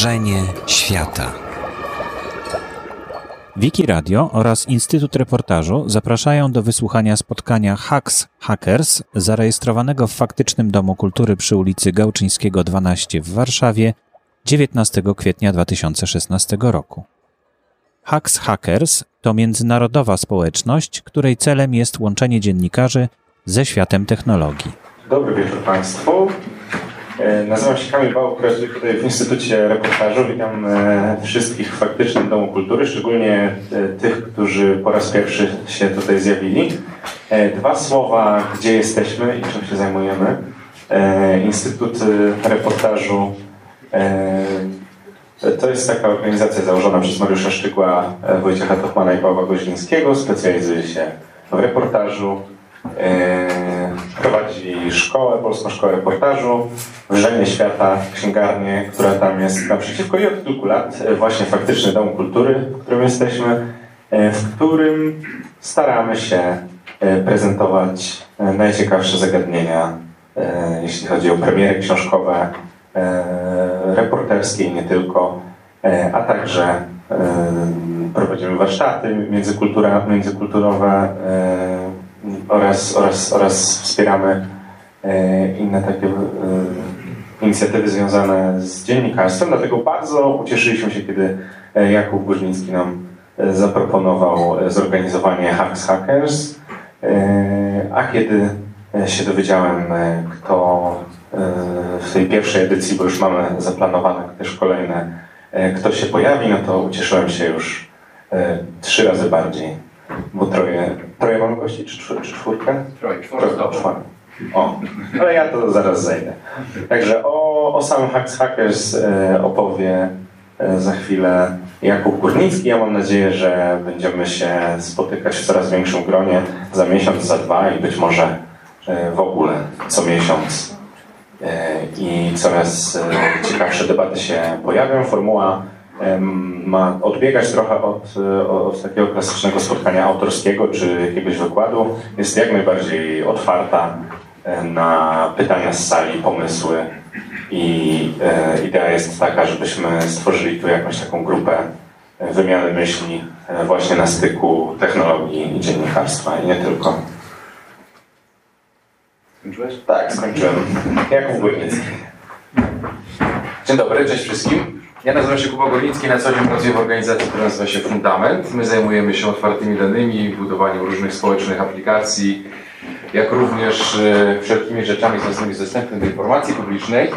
Stworzenie świata. Wikiradio oraz Instytut Reportażu zapraszają do wysłuchania spotkania Hacks Hackers zarejestrowanego w faktycznym Domu Kultury przy ulicy Gałczyńskiego 12 w Warszawie 19 kwietnia 2016 roku. Hacks Hackers to międzynarodowa społeczność, której celem jest łączenie dziennikarzy ze światem technologii. Dobry wieczór Państwu. Nazywam się Kamil Bałuk, pracuję tutaj w Instytucie Reportażu. Witam wszystkich w faktycznym Domu Kultury, szczególnie tych, którzy po raz pierwszy się tutaj zjawili. Dwa słowa, gdzie jesteśmy i czym się zajmujemy. Instytut Reportażu to jest taka organizacja założona przez Mariusza Szczygła, Wojciecha Tochmana i Pawła Goźlińskiego. Specjalizuje się w reportażu. Prowadzi szkołę, Polską Szkołę Reportażu, Wrzenie Świata, księgarnię, która tam jest naprzeciwko i od kilku lat właśnie faktyczny Dom Kultury, w którym jesteśmy, w którym staramy się prezentować najciekawsze zagadnienia, jeśli chodzi o premiery książkowe, reporterskie i nie tylko, a także prowadzimy warsztaty międzykulturowe oraz wspieramy inne takie inicjatywy związane z dziennikarstwem. Dlatego bardzo ucieszyliśmy się, kiedy Jakub Górnicki nam zaproponował zorganizowanie Hacks Hackers, a kiedy się dowiedziałem, kto w tej pierwszej edycji, bo już mamy zaplanowane też kolejne, kto się pojawi, no to ucieszyłem się już 3 razy bardziej. Bo troje mamy gości, czy czwórkę? Troje. O, ale ja to zaraz zejdę. Także o samym Hacks Hackers opowie za chwilę Jakub Górnicki. Ja mam nadzieję, że będziemy się spotykać w coraz większym gronie za miesiąc, za 2 i być może w ogóle co miesiąc. I coraz ciekawsze debaty się pojawią. Formuła ma odbiegać trochę od takiego klasycznego spotkania autorskiego czy jakiegoś wykładu. Jest jak najbardziej otwarta na pytania z sali, pomysły i idea jest taka, żebyśmy stworzyli tu jakąś taką grupę wymiany myśli właśnie na styku technologii i dziennikarstwa i nie tylko. Skończyłeś? Tak, skończyłem. Jakub Górnicki. Dzień dobry, cześć wszystkim. Ja nazywam się Kuba Gorlicki, na co dzień pracuję w organizacji, która nazywa się Fundament. My zajmujemy się otwartymi danymi, budowaniem różnych społecznych aplikacji, jak również wszelkimi rzeczami związanymi z dostępem do informacji publicznej.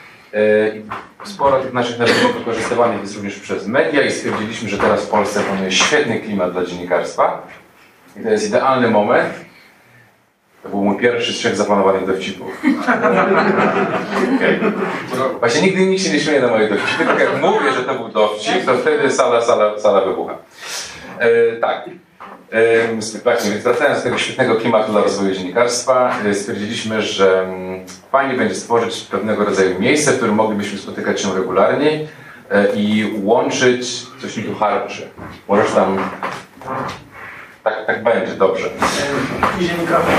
Sporo tych naszych narzędzi wykorzystywanych jest również przez media i stwierdziliśmy, że teraz w Polsce panuje świetny klimat dla dziennikarstwa. I to jest idealny moment. To był mój pierwszy z 3 zaplanowanych dowcipów. Okay. Właśnie nigdy nikt się nie śmieje na moje dowcipy, tak jak mówię, że to był dowcip, to wtedy sala wybucha. Tak. Właśnie, więc wracając do tego świetnego klimatu dla rozwoju dziennikarstwa, stwierdziliśmy, że fajnie będzie stworzyć pewnego rodzaju miejsce, w którym moglibyśmy spotykać się regularnie i łączyć, coś mi tu harczy. Możesz tam... Tak będzie, dobrze. Idzie mikrofon.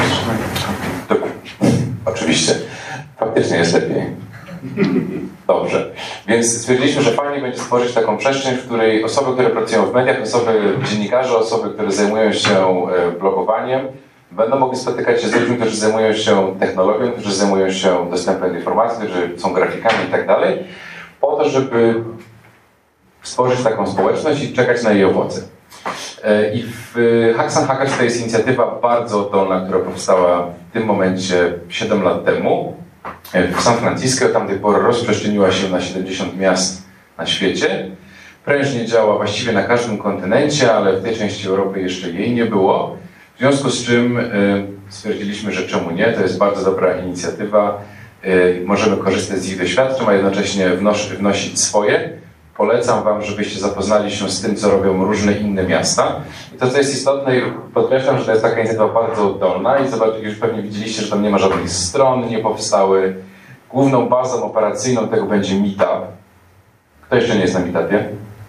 Oczywiście. Faktycznie jest lepiej. Dobrze. Więc stwierdziliśmy, że fajnie będzie stworzyć taką przestrzeń, w której osoby, które pracują w mediach, dziennikarze, osoby, które zajmują się blogowaniem, będą mogli spotykać się z ludźmi, którzy zajmują się technologią, którzy zajmują się dostępem do informacji, którzy są grafikami i tak dalej, po to, żeby stworzyć taką społeczność i czekać na jej owoce. I w Hacks Hackers to jest inicjatywa bardzo oddolna, która powstała w tym momencie 7 lat temu w San Francisco. Od tamtej pory rozprzestrzeniła się na 70 miast na świecie. Prężnie działa właściwie na każdym kontynencie, ale w tej części Europy jeszcze jej nie było. W związku z czym stwierdziliśmy, że czemu nie? To jest bardzo dobra inicjatywa. Możemy korzystać z ich doświadczeń, a jednocześnie wnosić swoje. Polecam Wam, żebyście zapoznali się z tym, co robią różne inne miasta. I to, co jest istotne, i podkreślam, że to jest taka inicjatywa bardzo oddolna i już pewnie widzieliście, że tam nie ma żadnych stron, nie powstały. Główną bazą operacyjną tego będzie Meetup. Kto jeszcze nie jest na Meetupie?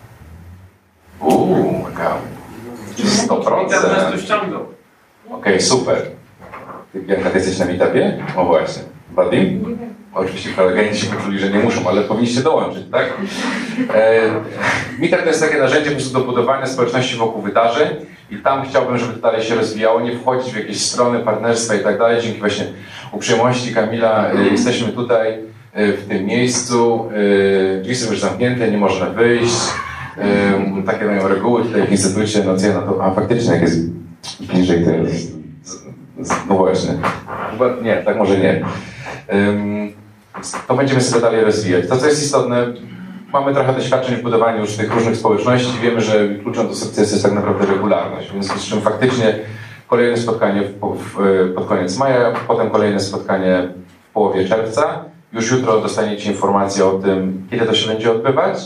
100%. Okej, super. Ty, Bianka, ty jesteś na Meetupie? O właśnie. Wadim? Oczywiście prelegenci poczuli, że nie muszą, ale powinniście dołączyć, tak? Meetup to jest takie narzędzie po prostu do budowania społeczności wokół wydarzeń i tam chciałbym, żeby to dalej się rozwijało, nie wchodzić w jakieś strony partnerstwa i tak dalej. Dzięki właśnie uprzejmości Kamila jesteśmy tutaj w tym miejscu. Drzwi są już zamknięte, nie można wyjść. Takie mają reguły tutaj w instytucie. No co ja na to... A faktycznie, jak jest bliżej, to jest... No właśnie. Chyba nie, tak może nie. To będziemy sobie dalej rozwijać. To, co jest istotne, mamy trochę doświadczeń w budowaniu już tych różnych społeczności. Wiemy, że kluczem do sukcesu jest tak naprawdę regularność. W związku z czym faktycznie kolejne spotkanie pod koniec maja, potem kolejne spotkanie w połowie czerwca. Już jutro dostaniecie informację o tym, kiedy to się będzie odbywać.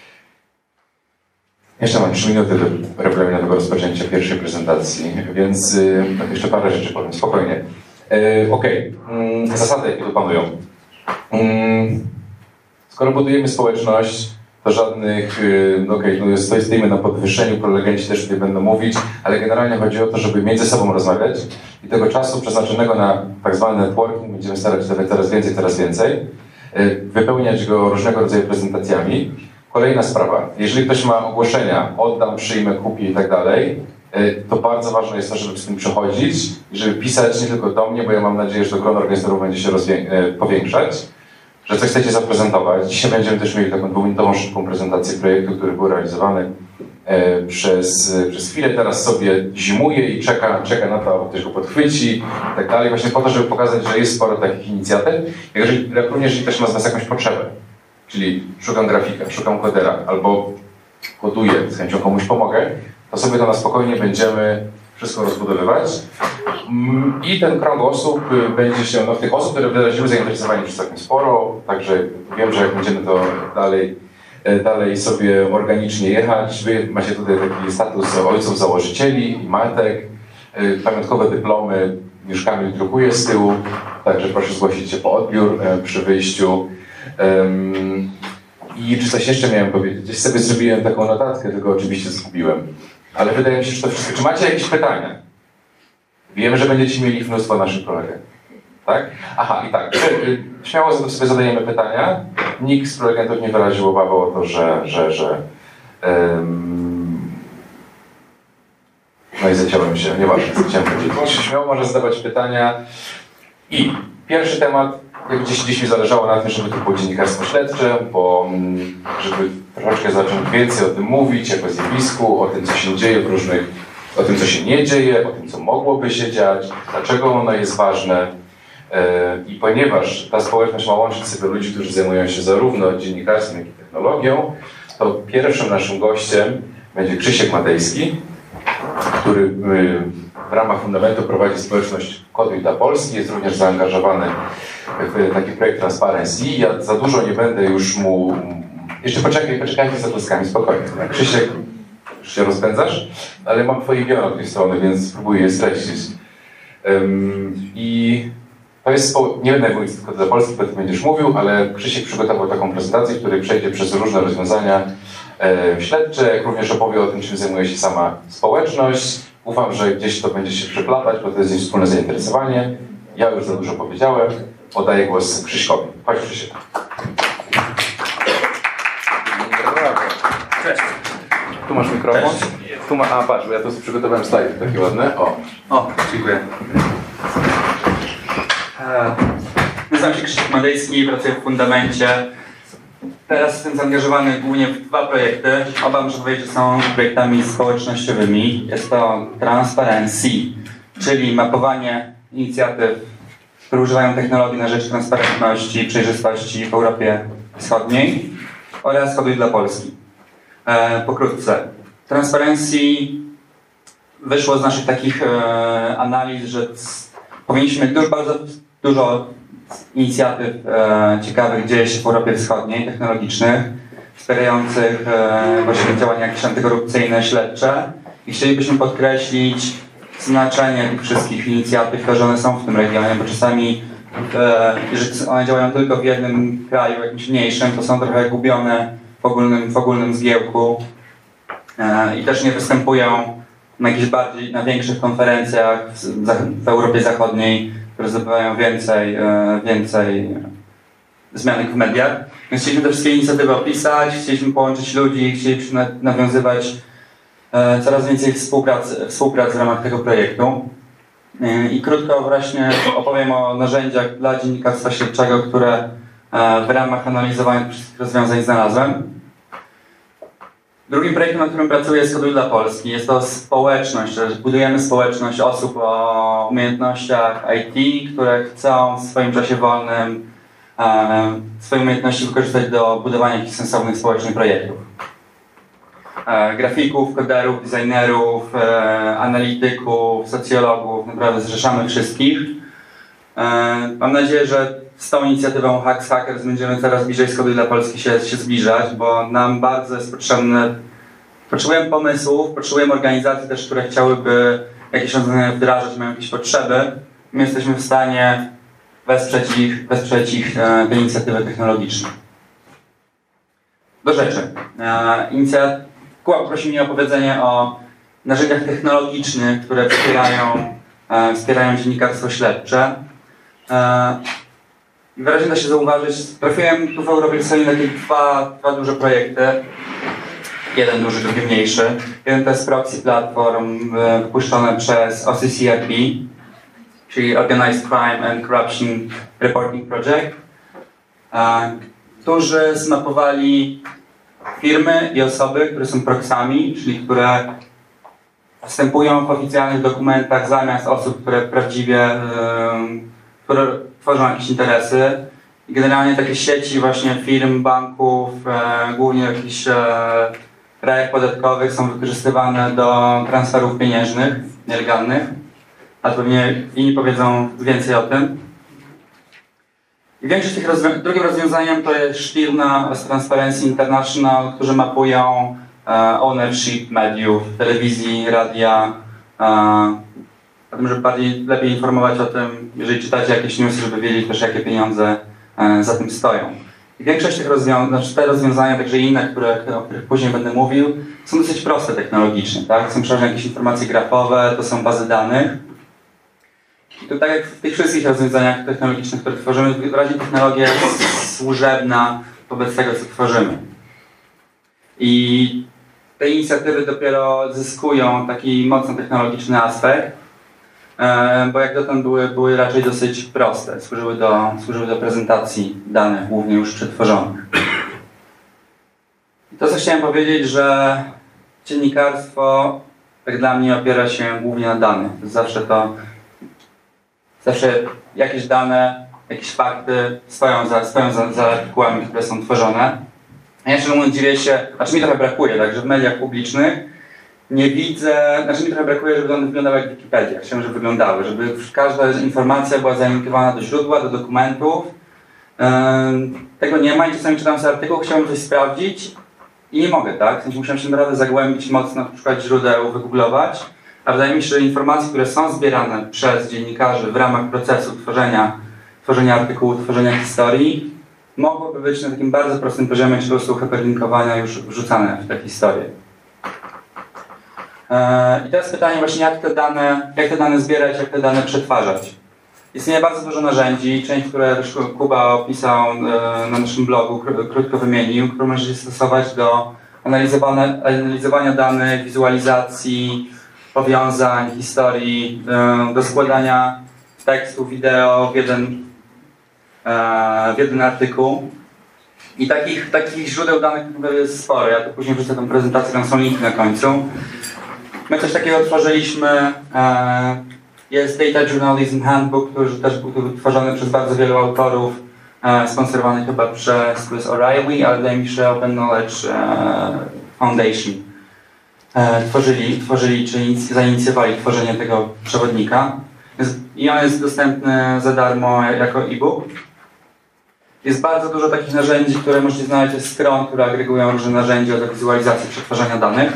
Jeszcze mam 3 minuty do regulaminowego rozpoczęcia pierwszej prezentacji, więc jeszcze parę rzeczy powiem, spokojnie. Okej. Zasady, jakie tu panują. Skoro budujemy społeczność, to żadnych, stoimy na podwyższeniu, prelegenci też tutaj będą mówić, ale generalnie chodzi o to, żeby między sobą rozmawiać i tego czasu przeznaczonego na tak zwany networking będziemy starać się coraz więcej, wypełniać go różnego rodzaju prezentacjami. Kolejna sprawa, jeżeli ktoś ma ogłoszenia, oddam, przyjmę, kupię i tak dalej, to bardzo ważne jest to, żeby z tym przechodzić i żeby pisać nie tylko do mnie, bo ja mam nadzieję, że to grono organizatorów będzie się powiększać, że coś chcecie zaprezentować. Dzisiaj będziemy też mieli taką 2-minutową szybką prezentację projektu, który był realizowany przez chwilę. Teraz sobie zimuje i czeka na to, aby ktoś go podchwyci i tak dalej. Właśnie po to, żeby pokazać, że jest sporo takich inicjatyw, jak również jeżeli ktoś ma z Was jakąś potrzebę. Czyli szukam grafika, szukam kodera, albo koduję, z chęcią komuś pomogę, to sobie to na spokojnie będziemy wszystko rozbudowywać. I ten krąg osób będzie się, tych osób, które wyraziły zainteresowanie już całkiem sporo, także wiem, że jak będziemy to dalej sobie organicznie jechać, wy macie tutaj taki status ojców założycieli i matek, pamiątkowe dyplomy już Kamil drukuje z tyłu, także proszę zgłosić się po odbiór przy wyjściu. I czy coś jeszcze miałem powiedzieć? Gdzieś sobie zrobiłem taką notatkę, tylko oczywiście zgubiłem. Ale wydaje mi się, że to wszystko. Czy macie jakieś pytania? Wiemy, że będziecie mieli mnóstwo naszych prelegentów. Tak? Aha, i tak. Śmiało sobie zadajemy pytania. Nikt z prelegentów nie wyraził obawy o to, że no i zaciąłem się, nieważne, co chciałem powiedzieć. Śmiało może zadawać pytania. I pierwszy temat, jak gdzieś mi zależało na tym, żeby to było dziennikarstwo śledcze, bo żeby troszeczkę zacząć więcej o tym mówić, jako zjawisku, o tym, co się dzieje o tym, co się nie dzieje, o tym, co mogłoby się dziać, dlaczego ono jest ważne. I ponieważ ta społeczność ma łączyć sobie ludzi, którzy zajmują się zarówno dziennikarstwem, jak i technologią, to pierwszym naszym gościem będzie Krzysiek Madejski, który w ramach Fundamentu prowadzi społeczność Koduj dla Polski, jest również zaangażowany w taki projekt Transparency. Ja za dużo nie będę już mu... Jeszcze poczekajcie za klaskami, spokojnie. Krzysiek, już się rozpędzasz, ale mam twoje imiona od tej strony, więc spróbuję je streścić. I to jest... Nie będę mówić tylko dla Polski, bo ty będziesz mówił, ale Krzysiek przygotował taką prezentację, w której przejdzie przez różne rozwiązania śledcze, jak również opowie o tym, czym zajmuje się sama społeczność. Ufam, że gdzieś to będzie się przeplatać, bo to jest wspólne zainteresowanie. Ja już za dużo powiedziałem. Oddaję głos Krzyśkowi. Chodź, Krzysiek. Cześć. Tu masz mikrofon. Tu patrz, bo ja tu sobie przygotowałem slajdy takie ładne. O, dziękuję. Nazywam się Krzysiek Madejski, pracuję w Fundamencie. Teraz jestem zaangażowany głównie w 2 projekty. Oba muszę powiedzieć, że są projektami społecznościowymi. Jest to Transparency, czyli mapowanie inicjatyw, które używają technologii na rzecz transparentności i przejrzystości w Europie Wschodniej, oraz Koduj dla Polski. Pokrótce. Transparency wyszło z naszych takich analiz, że powinniśmy mieć bardzo dużo inicjatyw ciekawych dzieje się w Europie Wschodniej, technologicznych, wspierających właśnie działania jakieś antykorupcyjne, śledcze i chcielibyśmy podkreślić znaczenie tych wszystkich inicjatyw, że one są w tym regionie, bo czasami jeżeli one działają tylko w jednym kraju, jakimś mniejszym, to są trochę gubione w ogólnym zgiełku i też nie występują na większych konferencjach w Europie Zachodniej, które zdobywają więcej zmiany w mediach. Więc chcieliśmy te wszystkie inicjatywy opisać, chcieliśmy połączyć ludzi, chcieliśmy nawiązywać coraz więcej współpracy w ramach tego projektu. I krótko właśnie opowiem o narzędziach dla dziennikarstwa śledczego, które w ramach analizowania wszystkich rozwiązań znalazłem. Drugim projektem, na którym pracuję, jest Koduj dla Polski. Jest to społeczność, że budujemy społeczność osób o umiejętnościach IT, które chcą w swoim czasie wolnym swoje umiejętności wykorzystać do budowania jakichś sensownych społecznych projektów. Grafików, koderów, designerów, analityków, socjologów, naprawdę zrzeszamy wszystkich. Mam nadzieję, że z tą inicjatywą Hacks Hackers będziemy coraz bliżej z Koduj dla Polski się zbliżać, bo nam bardzo jest potrzebujemy pomysłów, potrzebujemy organizacji też, które chciałyby jakieś rozwiązania wdrażać, mają jakieś potrzeby. My jesteśmy w stanie wesprzeć ich te inicjatywy technologiczne. Do rzeczy. Kuba poprosił mnie o opowiedzenie o narzędziach technologicznych, które wspierają dziennikarstwo śledcze. Wyraźnie da się zauważyć, trafiłem tu w Europexonie na takie dwa duże projekty. Jeden duży, drugi mniejszy. Jeden to jest Proxy Platform wypuszczony przez OCCRP, czyli Organized Crime and Corruption Reporting Project, którzy zmapowali firmy i osoby, które są proxami, czyli które występują w oficjalnych dokumentach zamiast osób, które prawdziwie które tworzą jakieś interesy. I generalnie takie sieci właśnie firm, banków, głównie w jakichś rajach podatkowych są wykorzystywane do transferów pieniężnych, nielegalnych. A pewnie inni powiedzą więcej o tym. I większość tych drugim rozwiązaniem to jest Sztirna z Transparency International, którzy mapują ownership mediów, telewizji, radia, o tym, żeby lepiej informować o tym, jeżeli czytacie jakieś newsy, żeby wiedzieć też, jakie pieniądze za tym stoją. I większość tych te rozwiązania, także inne, o których później będę mówił, są dosyć proste technologicznie. Tak? Są przeważnie jakieś informacje grafowe, to są bazy danych. I to tak jak w tych wszystkich rozwiązaniach technologicznych, które tworzymy, wyraźnie technologia jest służebna wobec tego, co tworzymy. I te inicjatywy dopiero zyskują taki mocno technologiczny aspekt, bo jak dotąd były raczej dosyć proste. Służyły do prezentacji danych, głównie już przetworzonych. I to, co chciałem powiedzieć, że dziennikarstwo, jak dla mnie, opiera się głównie na danych. Zawsze jakieś dane, jakieś fakty stoją za artykułami, które są tworzone. A ja szczerze mówiąc dziwię się, mi trochę brakuje, także w mediach publicznych nie widzę, mi trochę brakuje, żeby one wyglądały jak Wikipedia. Chciałbym, żeby wyglądały, żeby każda informacja była zalinkowana do źródła, do dokumentów. Tego nie ma i czasami czytam sobie artykuł, chciałbym coś sprawdzić i nie mogę, tak? W sensie musiałem się naprawdę zagłębić mocno, szukać źródeł, wygooglować. A wydaje mi się, że informacje, które są zbierane przez dziennikarzy w ramach procesu tworzenia artykułu, tworzenia historii, mogłyby być na takim bardzo prostym poziomie, czy po prostu hyperlinkowania już wrzucane w te historie. I teraz pytanie właśnie, jak te dane zbierać, jak te dane przetwarzać. Istnieje bardzo dużo narzędzi, część, które Kuba opisał na naszym blogu, krótko wymienił, które możecie stosować do analizowania danych, wizualizacji, powiązań, historii, do składania tekstu, wideo w jeden artykuł. I takich źródeł danych jest sporo. Ja to później wrzucę tę prezentację, tam są linki na końcu. My coś takiego tworzyliśmy. Jest Data Journalism Handbook, który też był wytworzony przez bardzo wielu autorów, sponsorowany chyba przez O'Reilly, ale wydaje mi się, że Open Knowledge Foundation tworzyli czy zainicjowali tworzenie tego przewodnika. I on jest dostępny za darmo jako e-book. Jest bardzo dużo takich narzędzi, które możecie znaleźć ze stron, które agregują różne narzędzia do wizualizacji przetwarzania danych.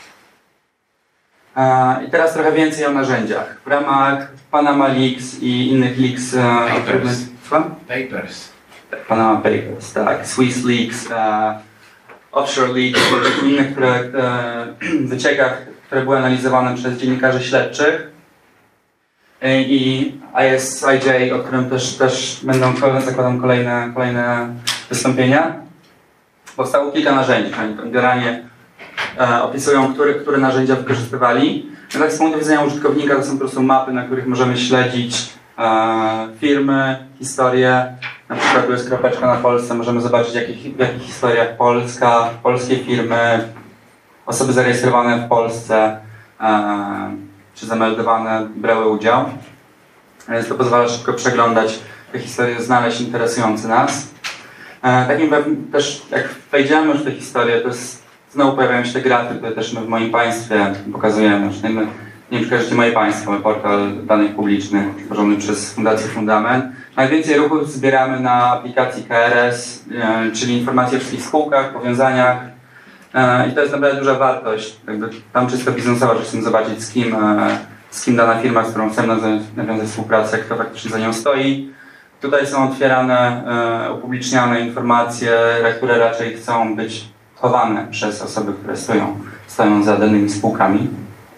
I teraz trochę więcej o narzędziach. W ramach Panama Leaks i innych leaks... Papers. Panama Papers, tak. Swiss Leaks, Offshore Leaks, innych wyciekach, które były analizowane przez dziennikarzy śledczych. i ISIJ, o którym też będą, zakładam, kolejne wystąpienia. Powstało kilka narzędzi. Oni generalnie opisują, które narzędzia wykorzystywali. No tak z punktu widzenia użytkownika to są po prostu mapy, na których możemy śledzić firmy, historie. Na przykład tu jest kropeczka na Polsce, możemy zobaczyć w jakich historiach polskie firmy, osoby zarejestrowane w Polsce czy zameldowane brały udział. Więc to pozwala szybko przeglądać te historie, znaleźć interesujące nas. Takim też, jak wejdziemy w te historie, to jest, znowu pojawiają się te grafy, które też my w moim państwie pokazujemy. Nie wiem, czy kojarzycie Moje Państwo, portal danych publicznych tworzony przez Fundację Fundament. Najwięcej ruchów zbieramy na aplikacji KRS, czyli informacje o wszystkich spółkach, powiązaniach. I to jest naprawdę duża wartość. Jakby tam czysto biznesowa, że chcemy zobaczyć z kim dana firma, z którą chcemy nawiązać współpracę, kto faktycznie za nią stoi. Tutaj są otwierane, upubliczniane informacje, które raczej chcą być chowane przez osoby, które stoją za danymi spółkami.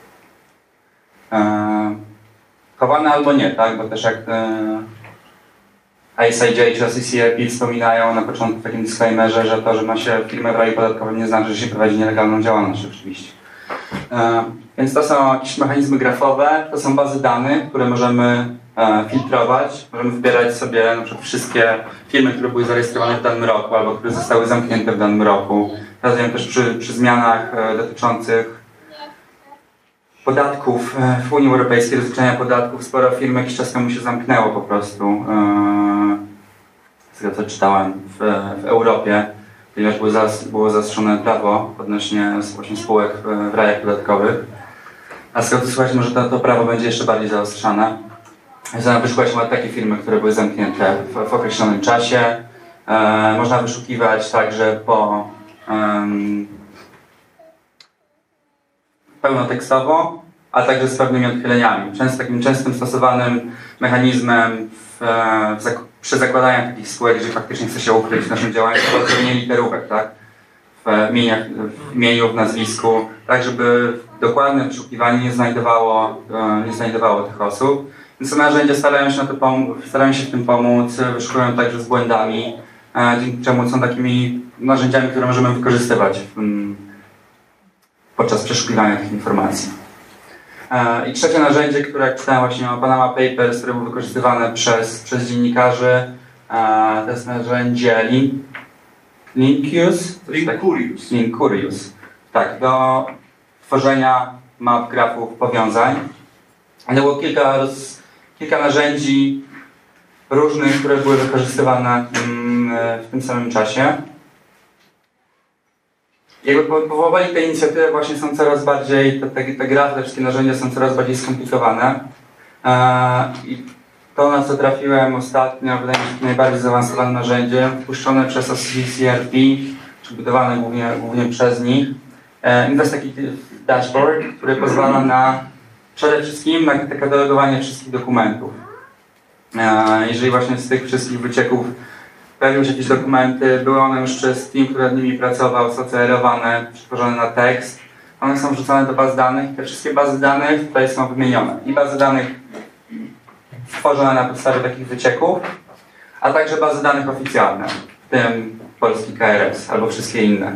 Chowane albo nie, tak? Bo też jak ISIJ czy CCRP wspominają na początku w takim disclaimerze, że to, że ma się firmę w raju podatkowym, nie znaczy, że się prowadzi nielegalną działalność oczywiście. Więc to są jakieś mechanizmy grafowe, to są bazy danych, które możemy filtrować. Możemy wybierać sobie na przykład wszystkie firmy, które były zarejestrowane w danym roku albo które zostały zamknięte w danym roku. Razem też przy zmianach dotyczących podatków w Unii Europejskiej, rozliczania podatków, sporo firm jakiś czas temu się zamknęło po prostu. Z tego co czytałem w Europie, ponieważ było zaostrzone prawo odnośnie właśnie spółek w rajach podatkowych. A z tego co słuchać, może to prawo będzie jeszcze bardziej zaostrzane. Można wyszukać takie firmy, które były zamknięte w określonym czasie. Można wyszukiwać także pełnotekstowo, a także z pewnymi odchyleniami. Takim częstym stosowanym mechanizmem przy zakładaniu takich spółek, jeżeli faktycznie chce się ukryć w naszym działaniu, to odkrywanie literówek, tak? W imieniu, w nazwisku, tak żeby dokładne wyszukiwanie nie znajdowało tych osób. Więc te narzędzia starają się w tym pomóc, wyszukują także z błędami, dzięki czemu są takimi narzędziami, które możemy wykorzystywać podczas przeszukiwania tych informacji. I trzecie narzędzie, które jak czytałem właśnie o Panama Papers, które było wykorzystywane przez dziennikarzy, to jest narzędzie Linkurious. Tak, do tworzenia map, grafów, powiązań. Ale było kilka narzędzi różnych, które były wykorzystywane w tym samym czasie. Jakby powoli te inicjatywy właśnie są coraz bardziej, te grafy, te wszystkie narzędzia są coraz bardziej skomplikowane. I to, na co trafiłem ostatnio, wydaje mi się, najbardziej zaawansowane narzędzie, puszczone przez CCRP, czy budowane głównie przez nich. Investigative Dashboard, który pozwala przede wszystkim na katalogowanie wszystkich dokumentów. Jeżeli właśnie z tych wszystkich wycieków pojawiły się jakieś dokumenty, były one już przez team, który nad nimi pracował, socerowane, przetworzone na tekst. One są wrzucone do baz danych i te wszystkie bazy danych tutaj są wymienione. I bazy danych stworzone na podstawie takich wycieków, a także bazy danych oficjalne, w tym polski KRS albo wszystkie inne.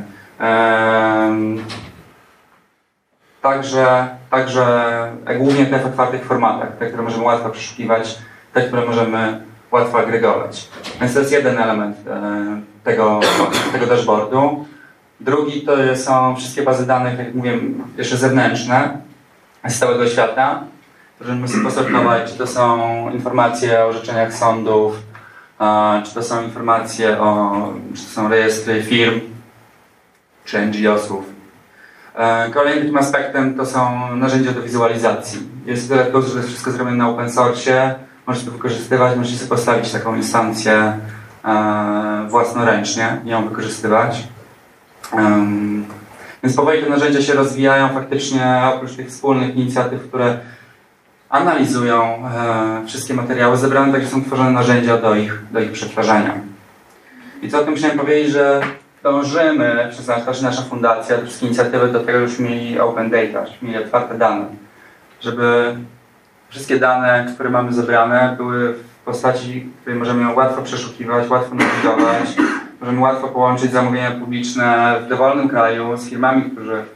Także głównie te w otwartych formatach, te, które możemy łatwo przeszukiwać, te, które możemy łatwo agregować. Więc to jest jeden element tego dashboardu. Drugi to są wszystkie bazy danych, jak mówię, jeszcze zewnętrzne, z całego świata, które możemy sobie posortować, czy to są informacje o orzeczeniach sądów, czy to są informacje czy to są rejestry firm, czy NGO-sów. Kolejnym takim aspektem to są narzędzia do wizualizacji. Jest tyle plus, że to jest wszystko zrobione na open source, możecie to wykorzystywać, możecie sobie postawić taką instancję własnoręcznie i ją wykorzystywać. Więc powoli te narzędzia się rozwijają faktycznie, oprócz tych wspólnych inicjatyw, które analizują wszystkie materiały zebrane, także są tworzone narzędzia do ich przetwarzania. I co o tym chciałem powiedzieć, że dążymy, przez nasza fundacja, te wszystkie inicjatywy do tego, żebyśmy mieli open data, żebyśmy mieli otwarte dane, żeby wszystkie dane, które mamy zebrane, były w postaci, w której możemy ją łatwo przeszukiwać, łatwo nawigować. Możemy łatwo połączyć zamówienia publiczne w dowolnym kraju z firmami,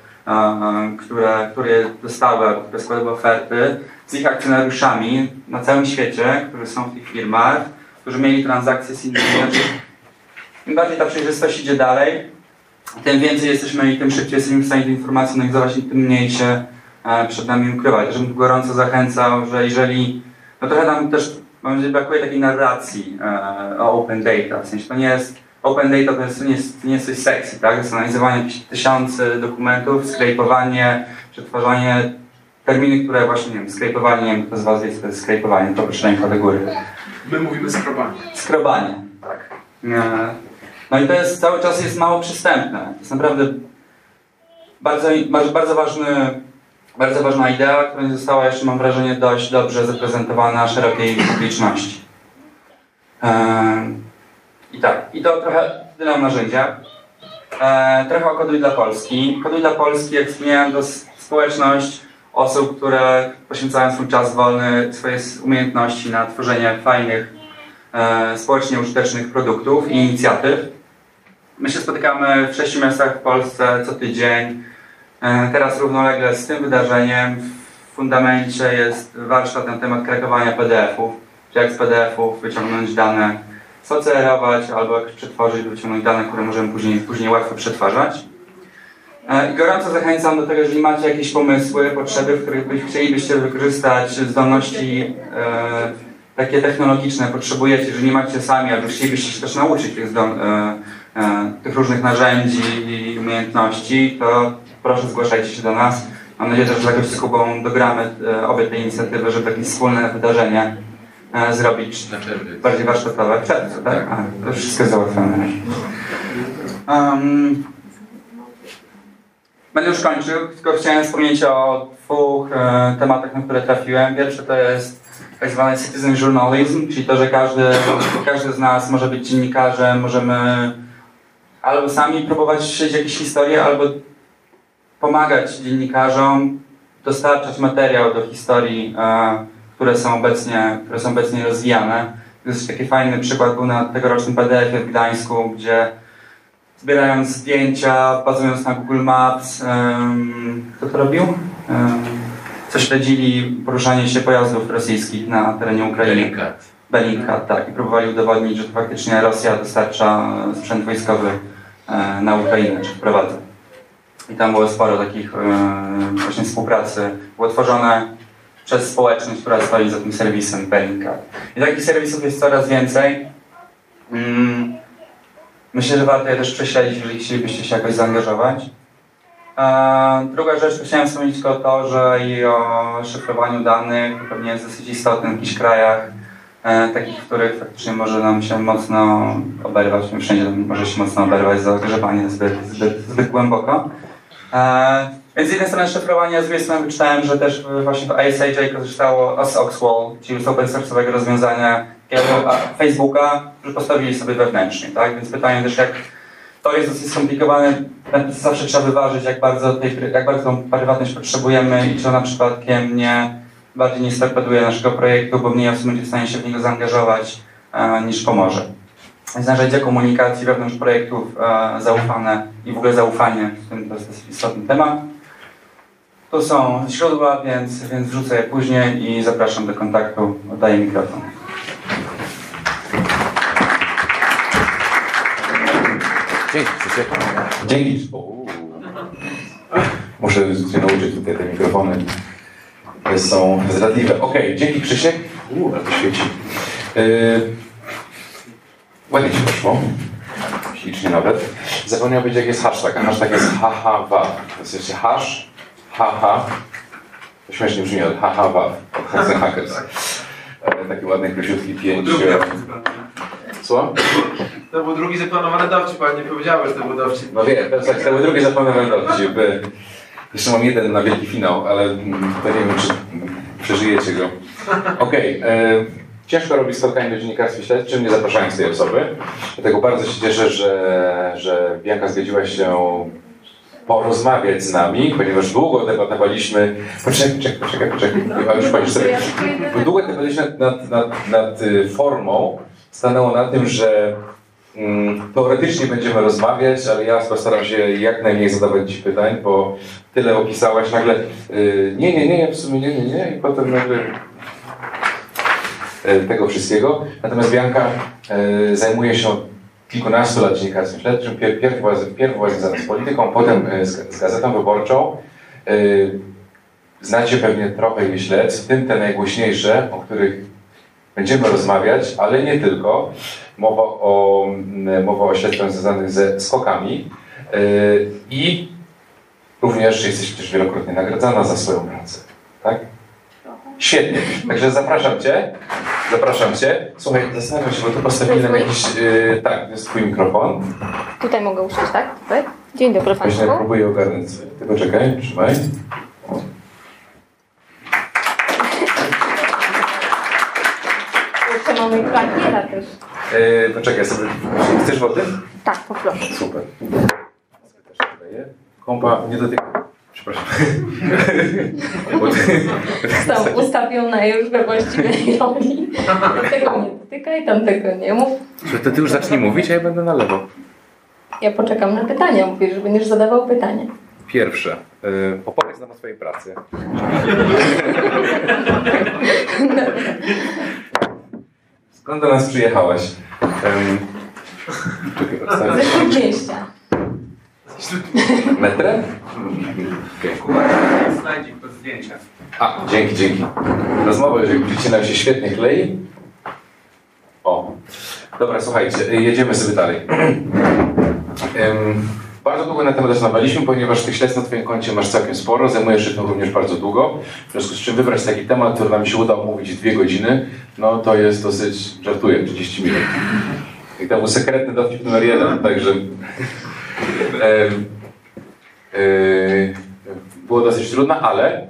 które je dostały albo które składały oferty, z ich akcjonariuszami na całym świecie, którzy są w tych firmach, którzy mieli transakcje z innymi. Im bardziej ta przejrzystość idzie dalej, tym więcej jesteśmy i tym szybciej jesteśmy w stanie tę informację analizować i tym mniej się przed nami ukrywać. Żebym gorąco zachęcał, że jeżeli, no trochę nam też, mam nadzieję, brakuje takiej narracji o open data, w sensie to nie jest, open data to nie jest coś sexy, tak? To jest analizowanie jakichś tysięcy dokumentów, skrejpowanie, przetwarzanie, terminy, które właśnie, nie wiem, skrejpowanie, nie wiem, kto z was wie, co to jest skrejpowanie, to proszę ręką do góry. My mówimy skrobanie. Skrobanie, tak. No i to jest, cały czas jest mało przystępne. To jest naprawdę bardzo ważna idea, która nie została jeszcze, mam wrażenie, dość dobrze zaprezentowana szerokiej publiczności. I to trochę tyle o narzędziach. Trochę o Koduj dla Polski. Koduj dla Polski, jak wspomniałem, to społeczność osób, które poświęcają swój czas wolny, swoje umiejętności na tworzenie fajnych, społecznie użytecznych produktów i inicjatyw. My się spotykamy w 6 miastach w Polsce co tydzień. Teraz równolegle z tym wydarzeniem w fundamencie jest warsztat na temat krakowania PDF-ów, czy jak z PDF-ów wyciągnąć dane, OCR-ować albo jak przetworzyć, by wyciągnąć dane, które możemy później łatwo przetwarzać. I gorąco zachęcam do tego, jeżeli macie jakieś pomysły, potrzeby, w których chcielibyście wykorzystać zdolności takie technologiczne, potrzebujecie, jeżeli nie macie sami, albo chcielibyście się też nauczyć tych różnych narzędzi i umiejętności, to proszę zgłaszajcie się do nas. Mam nadzieję, że jakoś z Kubą dogramy obie te inicjatywy, żeby jakieś wspólne wydarzenie zrobić bardziej warsztatowe. W czerwcu, tak? To już wszystko jest załatwione. Będę już kończył, tylko chciałem wspomnieć o 2 tematach, na które trafiłem. Pierwszy to jest tak zwany citizen journalism, czyli to, że każdy z nas może być dziennikarzem, możemy albo sami próbować szyć jakieś historie, albo pomagać dziennikarzom dostarczać materiał do historii, które są obecnie rozwijane. To jest taki fajny przykład, był na tegorocznym PDF-ie w Gdańsku, gdzie zbierając zdjęcia, bazując na Google Maps, kto to robił? Co śledzili poruszanie się pojazdów rosyjskich na terenie Ukrainy. Bellingcat, tak. I próbowali udowodnić, że to faktycznie Rosja dostarcza sprzęt wojskowy na Ukrainę, czy wprowadza. I tam było sporo takich właśnie współpracy. Było tworzone przez społeczność, która stoi za tym serwisem Bellingcat. I takich serwisów jest coraz więcej. Myślę, że warto je też prześledzić, jeżeli chcielibyście się jakoś zaangażować. Druga rzecz, to chciałem wspomnieć tylko to, że i o szyfrowaniu danych pewnie jest dosyć istotne w jakichś krajach, takich, w których faktycznie może nam się mocno oberwać, wszędzie może się mocno oberwać za grzebanie zbyt głęboko. Więc z jednej strony szyfrowanie, a z drugiej strony wyczytałem, że też właśnie w ISAJ korzystało z Oxwall, czyli z open source'owego rozwiązania Facebooka, że postawili sobie wewnętrznie, tak? Więc pytanie też, jak to jest dosyć skomplikowane, zawsze trzeba wyważyć, jak bardzo tą prywatność potrzebujemy i czy ona przypadkiem bardziej nie storpeduje naszego projektu, bo mniej osób będzie w stanie się w niego zaangażować, niż pomoże. Więc narzędzia komunikacji wewnątrz projektów zaufane i w ogóle zaufanie, w tym to jest dosyć istotny temat. Tu są źródła, więc wrzucę je później i zapraszam do kontaktu. Oddaję mikrofon. Dzięki, Krzysiek. Dzięki. Muszę się nauczyć tutaj te mikrofony. Są zdradliwe. Okej, dzięki, Krzysiek. Ale to świeci. Ładnie się poszło. Ślicznie nawet. Zapomniał być, jak jest hashtag. A hashtag jest hahawaw. To jest jeszcze hash, haha. To śmiesznie brzmi, ale hahawaw. Od Hackers. Taki ładny, króciutki 5. Co? To był drugi zaplanowany dowcip, ale nie powiedziałeś, że to był dowcip. No wiem, to był drugi zaplanowany dowcip. Jeszcze mam jeden na wielki finał, ale to nie wiem, czy przeżyjecie go. Okej. Ciężko robić spotkanie do dziennikarstwa śledczym, nie zapraszając tej osoby. Dlatego bardzo się cieszę, że Bianka zgodziła się porozmawiać z nami, ponieważ długo debatowaliśmy. Poczekaj. A już pani sobie. Długo debatowaliśmy nad formą. Stanęło na tym, że teoretycznie będziemy rozmawiać, ale ja postaram się jak najmniej zadawać ci pytań, bo tyle opisałaś nagle. Nie, w sumie nie. I potem nagle tego wszystkiego. Natomiast Bianka zajmuje się od kilkunastu lat dziennikarstwem śledczym. Pierw była związana z polityką, potem z Gazetą Wyborczą. Znacie pewnie trochę jej śledztw, w tym te najgłośniejsze, o których będziemy rozmawiać, ale nie tylko. Mowa o śledztwach związanych ze skokami. I również jesteś też wielokrotnie nagradzana za swoją pracę. Tak? Świetnie. Także zapraszam Cię. Słuchaj, zastanawiam się, bo tu postawili nam jakiś... tak, to jest twój mikrofon. Tutaj mogę usiąść, tak? Tutaj? Dzień dobry Państwu. Właśnie próbuję ogarnąć. Tylko czekaj, trzymaj. Jeszcze mamy plakiera też. Poczekaj sobie. Chcesz wody? Tak, poproszę. Super. Kompa nie dotyka. Przepraszam. Zostałam ustawiona już we właściwej roli. Tego nie dotykaj, tamtego nie mów. To ty już zacznij mówić, a ja będę na lewo. Ja poczekam na pytania, mówię, że będziesz zadawał pytania. Pierwsze. Opowiedz nam o swojej pracy. Skąd do nas przyjechałaś? Ze Śródmieścia. Metrem? Slajdzik pod zdjęcia. A, dzięki. Rozmowa, jeżeli widzicie, nam się świetnie klei. O. Dobra, słuchajcie, jedziemy sobie dalej. Bardzo długo na temat rozmawialiśmy, ponieważ tych śledztw na twoim koncie masz całkiem sporo, zajmujesz się tym również bardzo długo. W związku z czym wybrać taki temat, który nam się uda omówić w 2 godziny, no to jest dosyć, żartuję, 30 minut. I to był sekretny dowcip numer 1, także było dosyć trudne, ale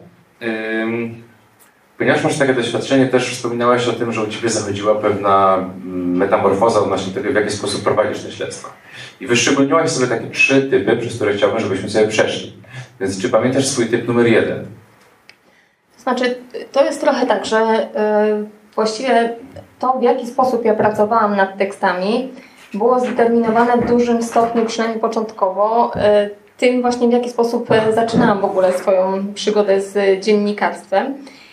ponieważ masz takie doświadczenie, też wspominałaś o tym, że u Ciebie zachodziła pewna metamorfoza odnośnie tego, w jaki sposób prowadzisz te śledztwa. I wyszczególniłaś sobie takie 3 typy, przez które chciałbym, żebyśmy sobie przeszli. Więc czy pamiętasz swój typ numer 1? To znaczy, to jest trochę tak, że właściwie to, w jaki sposób ja pracowałam nad tekstami, było zdeterminowane w dużym stopniu, przynajmniej początkowo, tym właśnie, w jaki sposób zaczynałam w ogóle swoją przygodę z dziennikarstwem.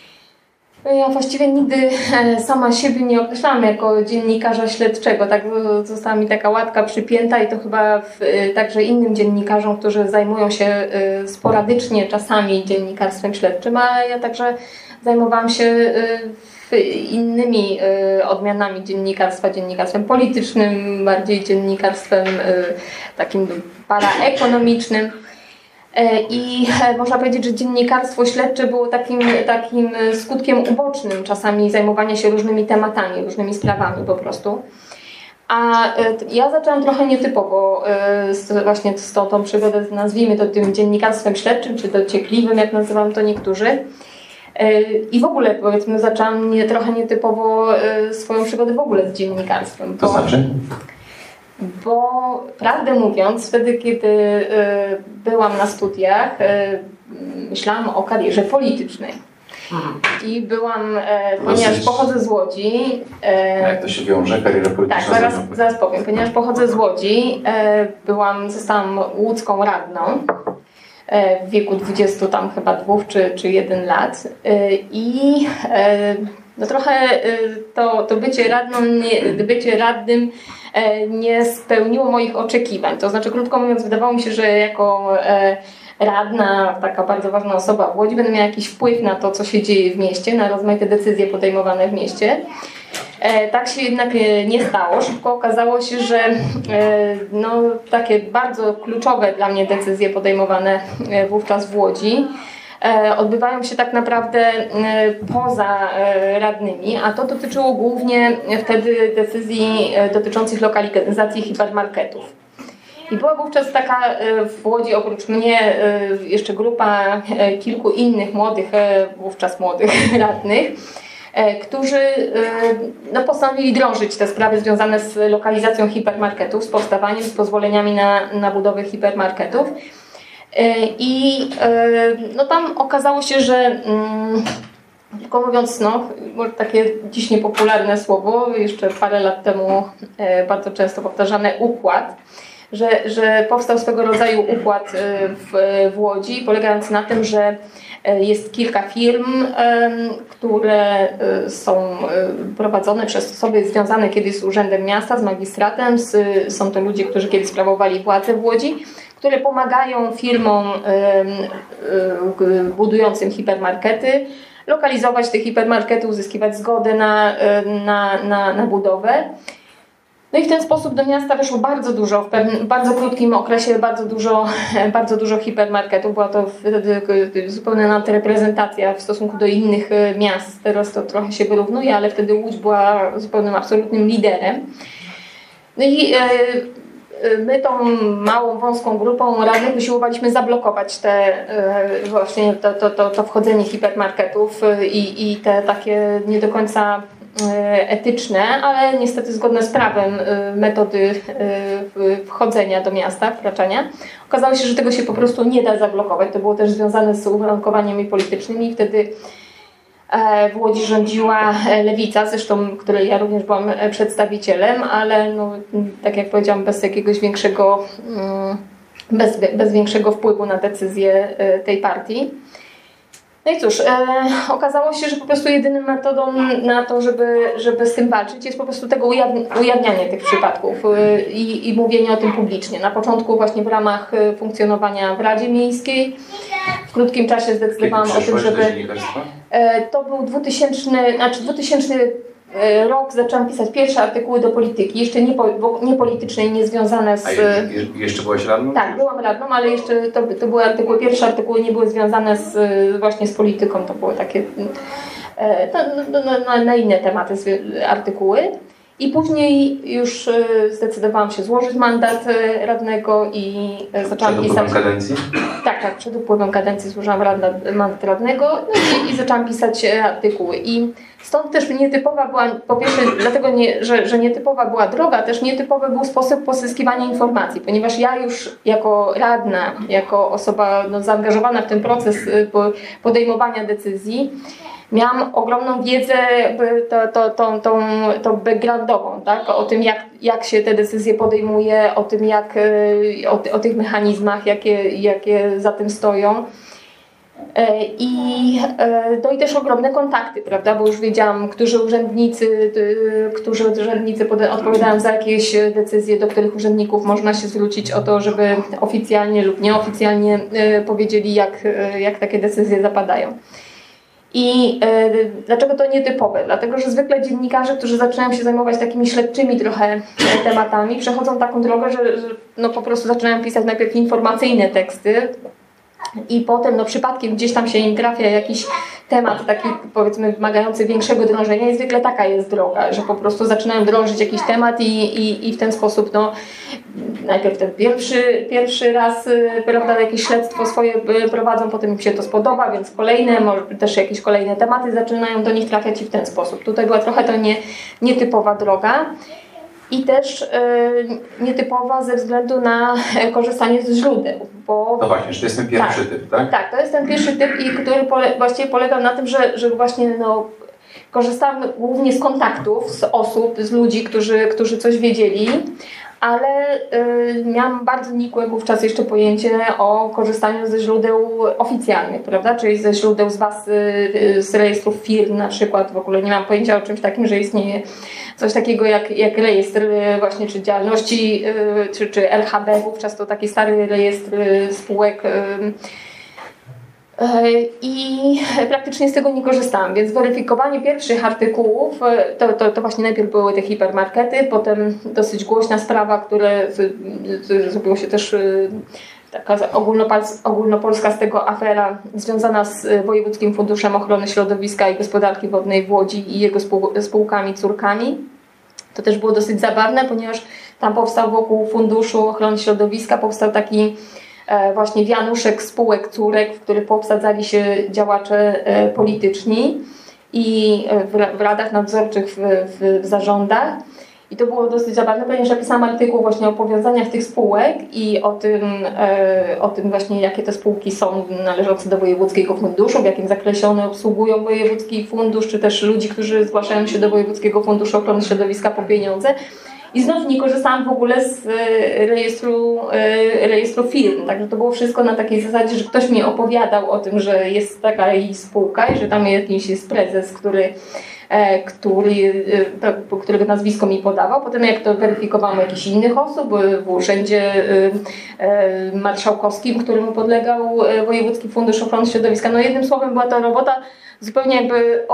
Ja właściwie nigdy sama siebie nie określałam jako dziennikarza śledczego. Tak została mi taka łatka przypięta i to chyba także innym dziennikarzom, którzy zajmują się sporadycznie czasami dziennikarstwem śledczym, a ja także zajmowałam się innymi odmianami dziennikarstwa, dziennikarstwem politycznym, bardziej dziennikarstwem takim paraekonomicznym. I można powiedzieć, że dziennikarstwo śledcze było takim skutkiem ubocznym czasami zajmowania się różnymi tematami, różnymi sprawami po prostu. A ja zaczęłam trochę nietypowo właśnie z tą przygodę, nazwijmy to tym dziennikarstwem śledczym, czy dociekliwym, jak nazywam to niektórzy. I w ogóle, powiedzmy, zaczęłam trochę nietypowo swoją przygodę w ogóle z dziennikarstwem. To znaczy? Bo prawdę mówiąc, wtedy kiedy byłam na studiach, myślałam o karierze politycznej. I byłam, ponieważ pochodzę z Łodzi... Jak to się wiąże, kariera polityczna? Tak, zaraz powiem. Ponieważ pochodzę z Łodzi, zostałam łódzką radną w wieku 20 tam chyba 2 czy 1 lat. I no trochę to bycie radnym nie spełniło moich oczekiwań. To znaczy, krótko mówiąc, wydawało mi się, że jako radna, taka bardzo ważna osoba w Łodzi, będę miała jakiś wpływ na to, co się dzieje w mieście, na rozmaite decyzje podejmowane w mieście. Tak się jednak nie stało. Szybko okazało się, że takie bardzo kluczowe dla mnie decyzje podejmowane wówczas w Łodzi odbywają się tak naprawdę poza radnymi, a to dotyczyło głównie wtedy decyzji dotyczących lokalizacji hipermarketów. I była wówczas taka w Łodzi oprócz mnie jeszcze grupa kilku innych wówczas młodych radnych, którzy postanowili drążyć te sprawy związane z lokalizacją hipermarketów, z powstawaniem, z pozwoleniami na budowę hipermarketów. I no tam okazało się, że tylko mówiąc, może takie dziś niepopularne słowo, jeszcze parę lat temu bardzo często powtarzane układ, że powstał swego rodzaju układ w Łodzi, polegający na tym, że jest kilka firm, które są prowadzone przez osoby związane kiedyś z Urzędem Miasta, z magistratem. Są to ludzie, którzy kiedyś sprawowali władzę w Łodzi, które pomagają firmom budującym hipermarkety lokalizować te hipermarkety, uzyskiwać zgodę na budowę. No i w ten sposób do miasta weszło bardzo dużo, w bardzo krótkim okresie bardzo dużo hipermarketów. Była to wtedy zupełnie nadreprezentacja w stosunku do innych miast. Teraz to trochę się wyrównuje, ale wtedy Łódź była zupełnym, absolutnym liderem. No i my tą małą, wąską grupą radnych usiłowaliśmy zablokować właśnie to wchodzenie hipermarketów i te takie nie do końca etyczne, ale niestety zgodne z prawem metody wchodzenia do miasta, wkraczania. Okazało się, że tego się po prostu nie da zablokować. To było też związane z uwarunkowaniami politycznymi. Wtedy w Łodzi rządziła lewica, zresztą której ja również byłam przedstawicielem, ale tak jak powiedziałam, bez jakiegoś większego, bez większego wpływu na decyzje tej partii. No i cóż, okazało się, że po prostu jedyną metodą na to, żeby z tym walczyć, jest po prostu tego ujawnianie tych przypadków i mówienie o tym publicznie. Na początku właśnie w ramach funkcjonowania w Radzie Miejskiej. W krótkim czasie zdecydowałam o tym, żeby... To był 2000 rok, zaczęłam pisać pierwsze artykuły do polityki, jeszcze niepolityczne i niezwiązane z... A jeszcze byłaś radną? Tak, byłam radną, ale jeszcze to były artykuły, pierwsze artykuły nie były związane właśnie z polityką, to były takie na inne tematy artykuły. I później już zdecydowałam się złożyć mandat radnego i zaczęłam pisać... Przed upływem kadencji? Tak, przed upływem kadencji złożyłam mandat radnego i zaczęłam pisać artykuły. I stąd też nietypowa była, po pierwsze dlatego, że nietypowa była droga, też nietypowy był sposób pozyskiwania informacji, ponieważ ja już jako radna, jako osoba zaangażowana w ten proces podejmowania decyzji, miałam ogromną wiedzę tą backgroundową, tak? O tym, jak się te decyzje podejmuje, o tym, o tych mechanizmach, jakie za tym stoją. I też ogromne kontakty, prawda? Bo już wiedziałam, którzy urzędnicy odpowiadają za jakieś decyzje, do których urzędników można się zwrócić o to, żeby oficjalnie lub nieoficjalnie powiedzieli, jak takie decyzje zapadają. I dlaczego to nietypowe? Dlatego, że zwykle dziennikarze, którzy zaczynają się zajmować takimi śledczymi trochę tematami, przechodzą taką drogę, że po prostu zaczynają pisać najpierw informacyjne teksty i potem przypadkiem gdzieś tam się im trafia jakiś temat taki, powiedzmy, wymagający większego drążenia i zwykle taka jest droga, że po prostu zaczynają drążyć jakiś temat i w ten sposób najpierw ten pierwszy raz, prawda, jakieś śledztwo swoje prowadzą, potem im się to spodoba, więc kolejne, może też jakieś kolejne tematy zaczynają do nich trafiać i w ten sposób. Tutaj była trochę to nietypowa droga. I też nietypowa ze względu na korzystanie ze źródeł. Bo... No właśnie, że to jest ten pierwszy typ, tak? Tak, to jest ten pierwszy typ, i który właściwie polegał na tym, że właśnie korzystałam głównie z kontaktów, z osób, z ludzi, którzy coś wiedzieli, ale miałam bardzo nikłe wówczas jeszcze pojęcie o korzystaniu ze źródeł oficjalnych, prawda? Czyli ze źródeł z rejestrów firm na przykład. W ogóle nie mam pojęcia o czymś takim, że istnieje coś takiego jak rejestr właśnie czy działalności, czy LHB, wówczas to taki stary rejestr spółek. I praktycznie z tego nie korzystałam, więc weryfikowanie pierwszych artykułów to właśnie najpierw były te hipermarkety, potem dosyć głośna sprawa, które zrobiło się też taka ogólnopolska z tego afera związana z Wojewódzkim Funduszem Ochrony Środowiska i Gospodarki Wodnej w Łodzi i jego spółkami, córkami. To też było dosyć zabawne, ponieważ tam powstał wokół Funduszu Ochrony Środowiska taki właśnie wianuszek spółek córek, w których poobsadzali się działacze polityczni i w radach nadzorczych, w zarządach. I to było dosyć zabawne, ponieważ ja pisałam artykuł właśnie o powiązaniach tych spółek i o tym właśnie, jakie te spółki są należące do wojewódzkiego funduszu, w jakim zakresie one obsługują wojewódzki fundusz, czy też ludzi, którzy zgłaszają się do Wojewódzkiego Funduszu Ochrony Środowiska po pieniądze. I znów nie korzystałam w ogóle z rejestru firm, także to było wszystko na takiej zasadzie, że ktoś mi opowiadał o tym, że jest taka spółka i że tam jakiś jest prezes, którego nazwisko mi podawał. Potem jak to weryfikowałam u jakichś innych osób, w urzędzie marszałkowskim, któremu podlegał Wojewódzki Fundusz Ochrony Środowiska. No jednym słowem była to robota zupełnie jakby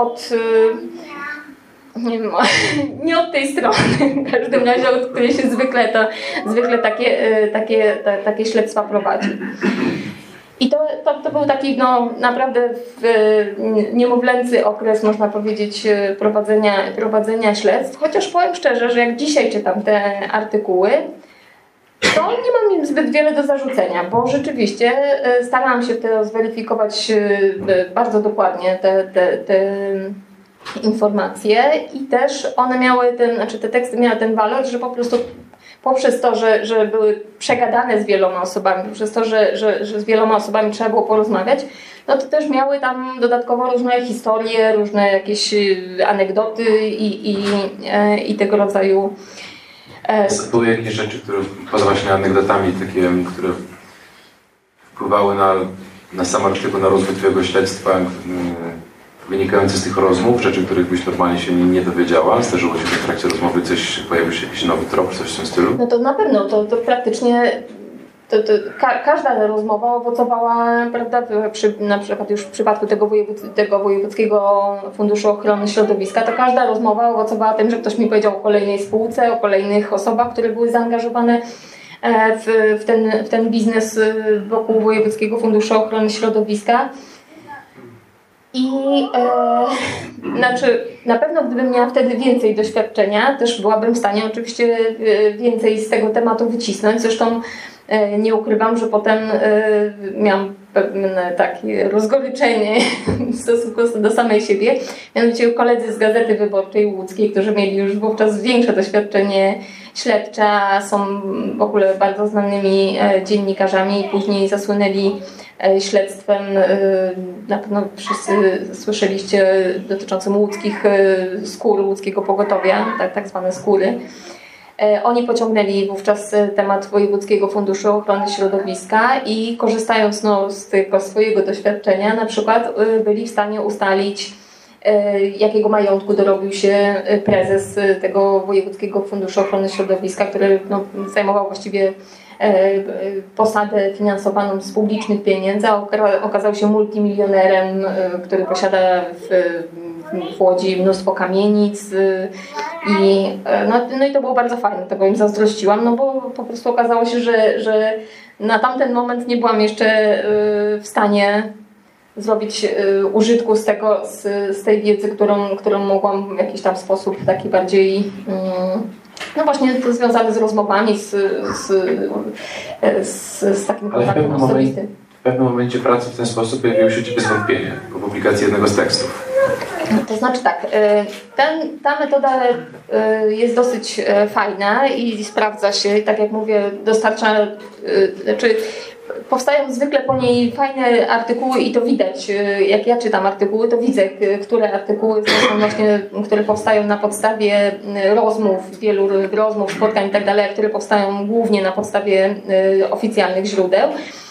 nie od tej strony, w każdym razie od której się zwykle takie śledztwa prowadzi. I to był taki naprawdę niemowlęcy okres, można powiedzieć, prowadzenia śledztw, chociaż powiem szczerze, że jak dzisiaj czytam te artykuły, to nie mam im zbyt wiele do zarzucenia, bo rzeczywiście starałam się to zweryfikować bardzo dokładnie, te informacje i też one miały te teksty miały ten walor, że po prostu poprzez to, że były przegadane z wieloma osobami, poprzez to, że z wieloma osobami trzeba było porozmawiać, no to też miały tam dodatkowo różne historie, różne jakieś anegdoty i tego rodzaju. Były jakieś rzeczy, które poza właśnie anegdotami, takie, które wpływały na sam artykuł, na rozwój twojego śledztwa, wynikające z tych rozmów, rzeczy, których byś normalnie się nie dowiedziała? Zdarzyło się w trakcie rozmowy pojawił się jakiś nowy trop, coś w tym stylu? No to na pewno, to praktycznie każda rozmowa owocowała, prawda, na przykład już w przypadku tego Wojewódzkiego Funduszu Ochrony Środowiska, to każda rozmowa owocowała tym, że ktoś mi powiedział o kolejnej spółce, o kolejnych osobach, które były zaangażowane w ten biznes wokół Wojewódzkiego Funduszu Ochrony Środowiska. I na pewno gdybym miała wtedy więcej doświadczenia, też byłabym w stanie oczywiście więcej z tego tematu wycisnąć. Zresztą nie ukrywam, że potem miałam pewne takie rozgoryczenie w stosunku do samej siebie. Mianowicie koledzy z Gazety Wyborczej Łódzkiej, którzy mieli już wówczas większe doświadczenie śledcze, są w ogóle bardzo znanymi dziennikarzami i później zasłynęli śledztwem, na pewno wszyscy słyszeliście, dotyczącym łódzkich skór, łódzkiego pogotowia, tak zwane skóry. Oni pociągnęli wówczas temat Wojewódzkiego Funduszu Ochrony Środowiska i korzystając z tego swojego doświadczenia, na przykład byli w stanie ustalić, jakiego majątku dorobił się prezes tego Wojewódzkiego Funduszu Ochrony Środowiska, który zajmował właściwie posadę finansowaną z publicznych pieniędzy, a okazał się multimilionerem, który posiada w Łodzi mnóstwo kamienic i to było bardzo fajne, tego im zazdrościłam, bo po prostu okazało się, że na tamten moment nie byłam jeszcze w stanie zrobić użytku z tej wiedzy, którą mogłam w jakiś tam sposób taki bardziej właśnie to związane z rozmowami, z takim kontaktem osobistym. W pewnym momencie pracy w ten sposób pojawiło się u Ciebie zwątpienie po publikacji jednego z tekstów. To znaczy tak, ta metoda jest dosyć fajna i sprawdza się, tak jak mówię, dostarcza, powstają zwykle po niej fajne artykuły i to widać, jak ja czytam artykuły, to widzę, które artykuły są właśnie, które powstają na podstawie rozmów, wielu rozmów, spotkań i tak dalej, które powstają głównie na podstawie oficjalnych źródeł.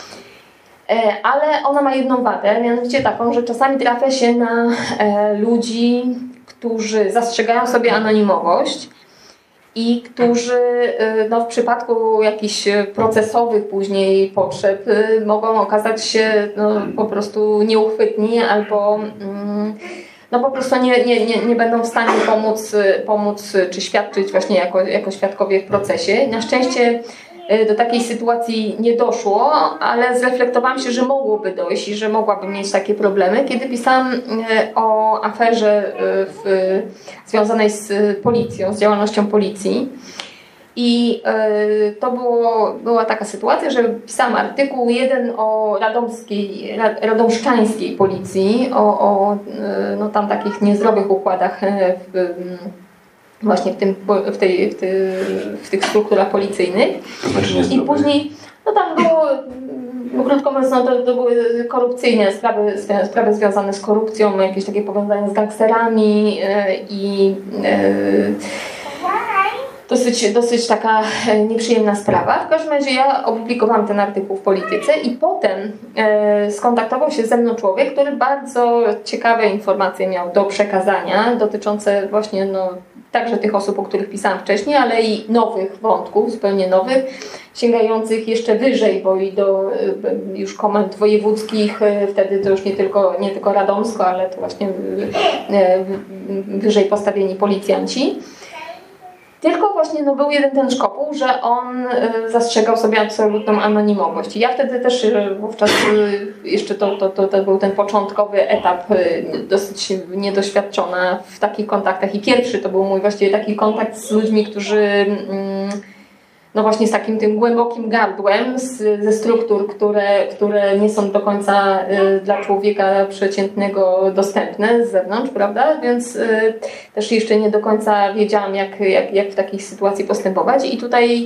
Ale ona ma jedną wadę, mianowicie taką, że czasami trafia się na ludzi, którzy zastrzegają sobie anonimowość i którzy w przypadku jakichś procesowych później potrzeb mogą okazać się po prostu nieuchwytni albo po prostu nie będą w stanie pomóc czy świadczyć właśnie jako świadkowie w procesie. Na szczęście do takiej sytuacji nie doszło, ale zreflektowałam się, że mogłoby dojść i że mogłabym mieć takie problemy, kiedy pisałam o aferze związanej z policją, z działalnością policji. I to była taka sytuacja, że pisałam artykuł jeden o radomszczańskiej policji, o tam takich niezdrowych układach właśnie w tych strukturach policyjnych. To znaczy nie I później, no tam było, krótko mówiąc, no to były korupcyjne sprawy związane z korupcją, jakieś takie powiązania z gangsterami i dosyć taka nieprzyjemna sprawa. W każdym razie ja opublikowałam ten artykuł w Polityce i potem skontaktował się ze mną człowiek, który bardzo ciekawe informacje miał do przekazania, dotyczące właśnie także tych osób, o których pisałam wcześniej, ale i nowych wątków, zupełnie nowych, sięgających jeszcze wyżej, bo i do już komend wojewódzkich, wtedy to już nie tylko Radomsko, ale to właśnie wyżej postawieni policjanci. Tylko właśnie był jeden ten szkopuł, że on zastrzegał sobie absolutną anonimowość. I ja wtedy też wówczas jeszcze to był ten początkowy etap, dosyć niedoświadczona w takich kontaktach. I pierwszy to był mój właściwie taki kontakt z ludźmi, którzy no właśnie z takim tym głębokim gardłem ze struktur, które nie są do końca dla człowieka przeciętnego dostępne z zewnątrz, prawda? Więc też jeszcze nie do końca wiedziałam, jak w takiej sytuacji postępować. I tutaj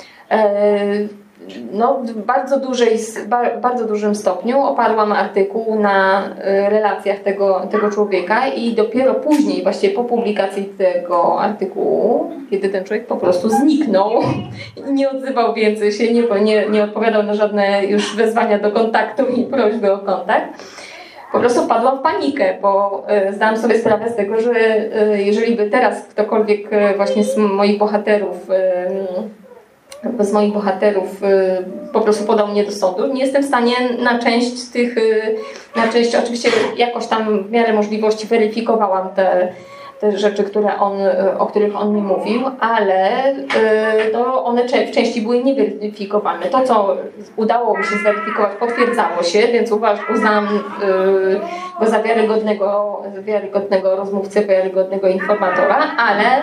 w bardzo dużym stopniu oparłam artykuł na relacjach tego człowieka i dopiero później, właściwie po publikacji tego artykułu, kiedy ten człowiek po prostu zniknął i nie odzywał więcej się, nie odpowiadał na żadne już wezwania do kontaktu i prośby o kontakt, po prostu wpadłam w panikę, bo zdałam sobie sprawę z tego, że jeżeli by teraz ktokolwiek właśnie z moich bohaterów po prostu podał mnie do sądu, nie jestem w stanie na część oczywiście jakoś tam w miarę możliwości weryfikowałam te rzeczy, o których on mi mówił, ale one w części były nieweryfikowalne. To, co udało mi się zweryfikować, potwierdzało się, więc uznałam go za wiarygodnego rozmówcę, wiarygodnego informatora, ale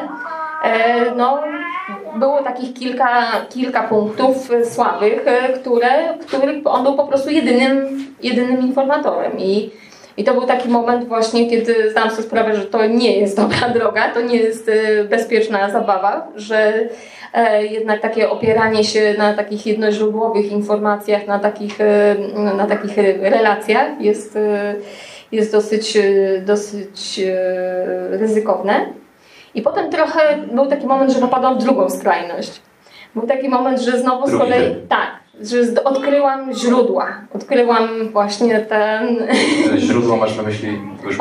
było takich kilka punktów słabych, których on był po prostu jedynym informatorem. I to był taki moment właśnie, kiedy zdałam sobie sprawę, że to nie jest dobra droga, to nie jest bezpieczna zabawa, że jednak takie opieranie się na takich jednoźródłowych informacjach, na takich relacjach jest dosyć ryzykowne. I potem trochę był taki moment, że popadłam w drugą skrajność. Był taki moment, że znowu z kolei że odkryłam źródła. Odkryłam właśnie ten... Źródło masz na myśli?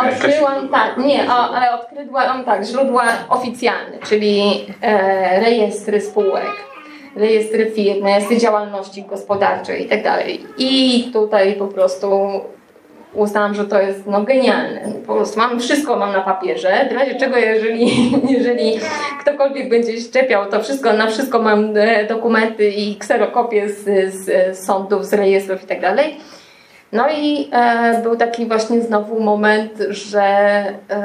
Ale odkryłam źródła oficjalne, czyli rejestry spółek, rejestry firm, rejestry działalności gospodarczej i tak dalej. I tutaj po prostu uznałam, że to jest genialne. Po prostu wszystko mam na papierze, w razie czego jeżeli ktokolwiek będzie szczepiał, to na wszystko mam dokumenty i kserokopie z sądów, z rejestrów i tak dalej. No i był taki właśnie znowu moment, że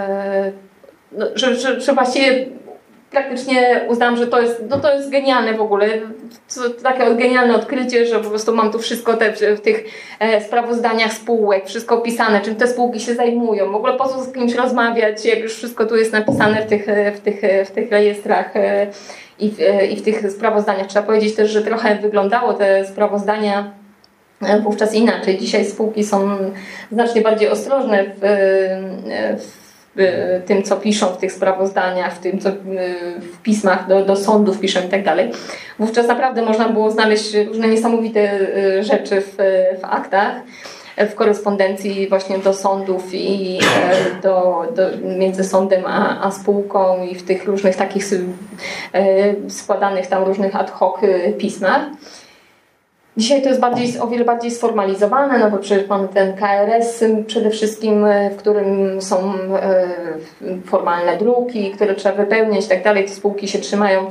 właściwie praktycznie uznałam, że to jest genialne w ogóle. Takie genialne odkrycie, że po prostu mam tu wszystko w tych sprawozdaniach spółek, wszystko opisane, czym te spółki się zajmują. W ogóle po co z kimś rozmawiać, jak już wszystko tu jest napisane w tych rejestrach i w tych sprawozdaniach. Trzeba powiedzieć też, że trochę wyglądało te sprawozdania wówczas inaczej. Dzisiaj spółki są znacznie bardziej ostrożne w tym, co piszą w tych sprawozdaniach, w tym, co w pismach do sądów piszą i tak dalej. Wówczas naprawdę można było znaleźć różne niesamowite rzeczy w aktach, w korespondencji właśnie do sądów i między sądem a spółką i w tych różnych takich składanych tam różnych ad hoc pismach. Dzisiaj to jest o wiele bardziej sformalizowane, bo przecież mamy ten KRS przede wszystkim, w którym są formalne druki, które trzeba wypełniać i tak dalej. Te spółki się trzymają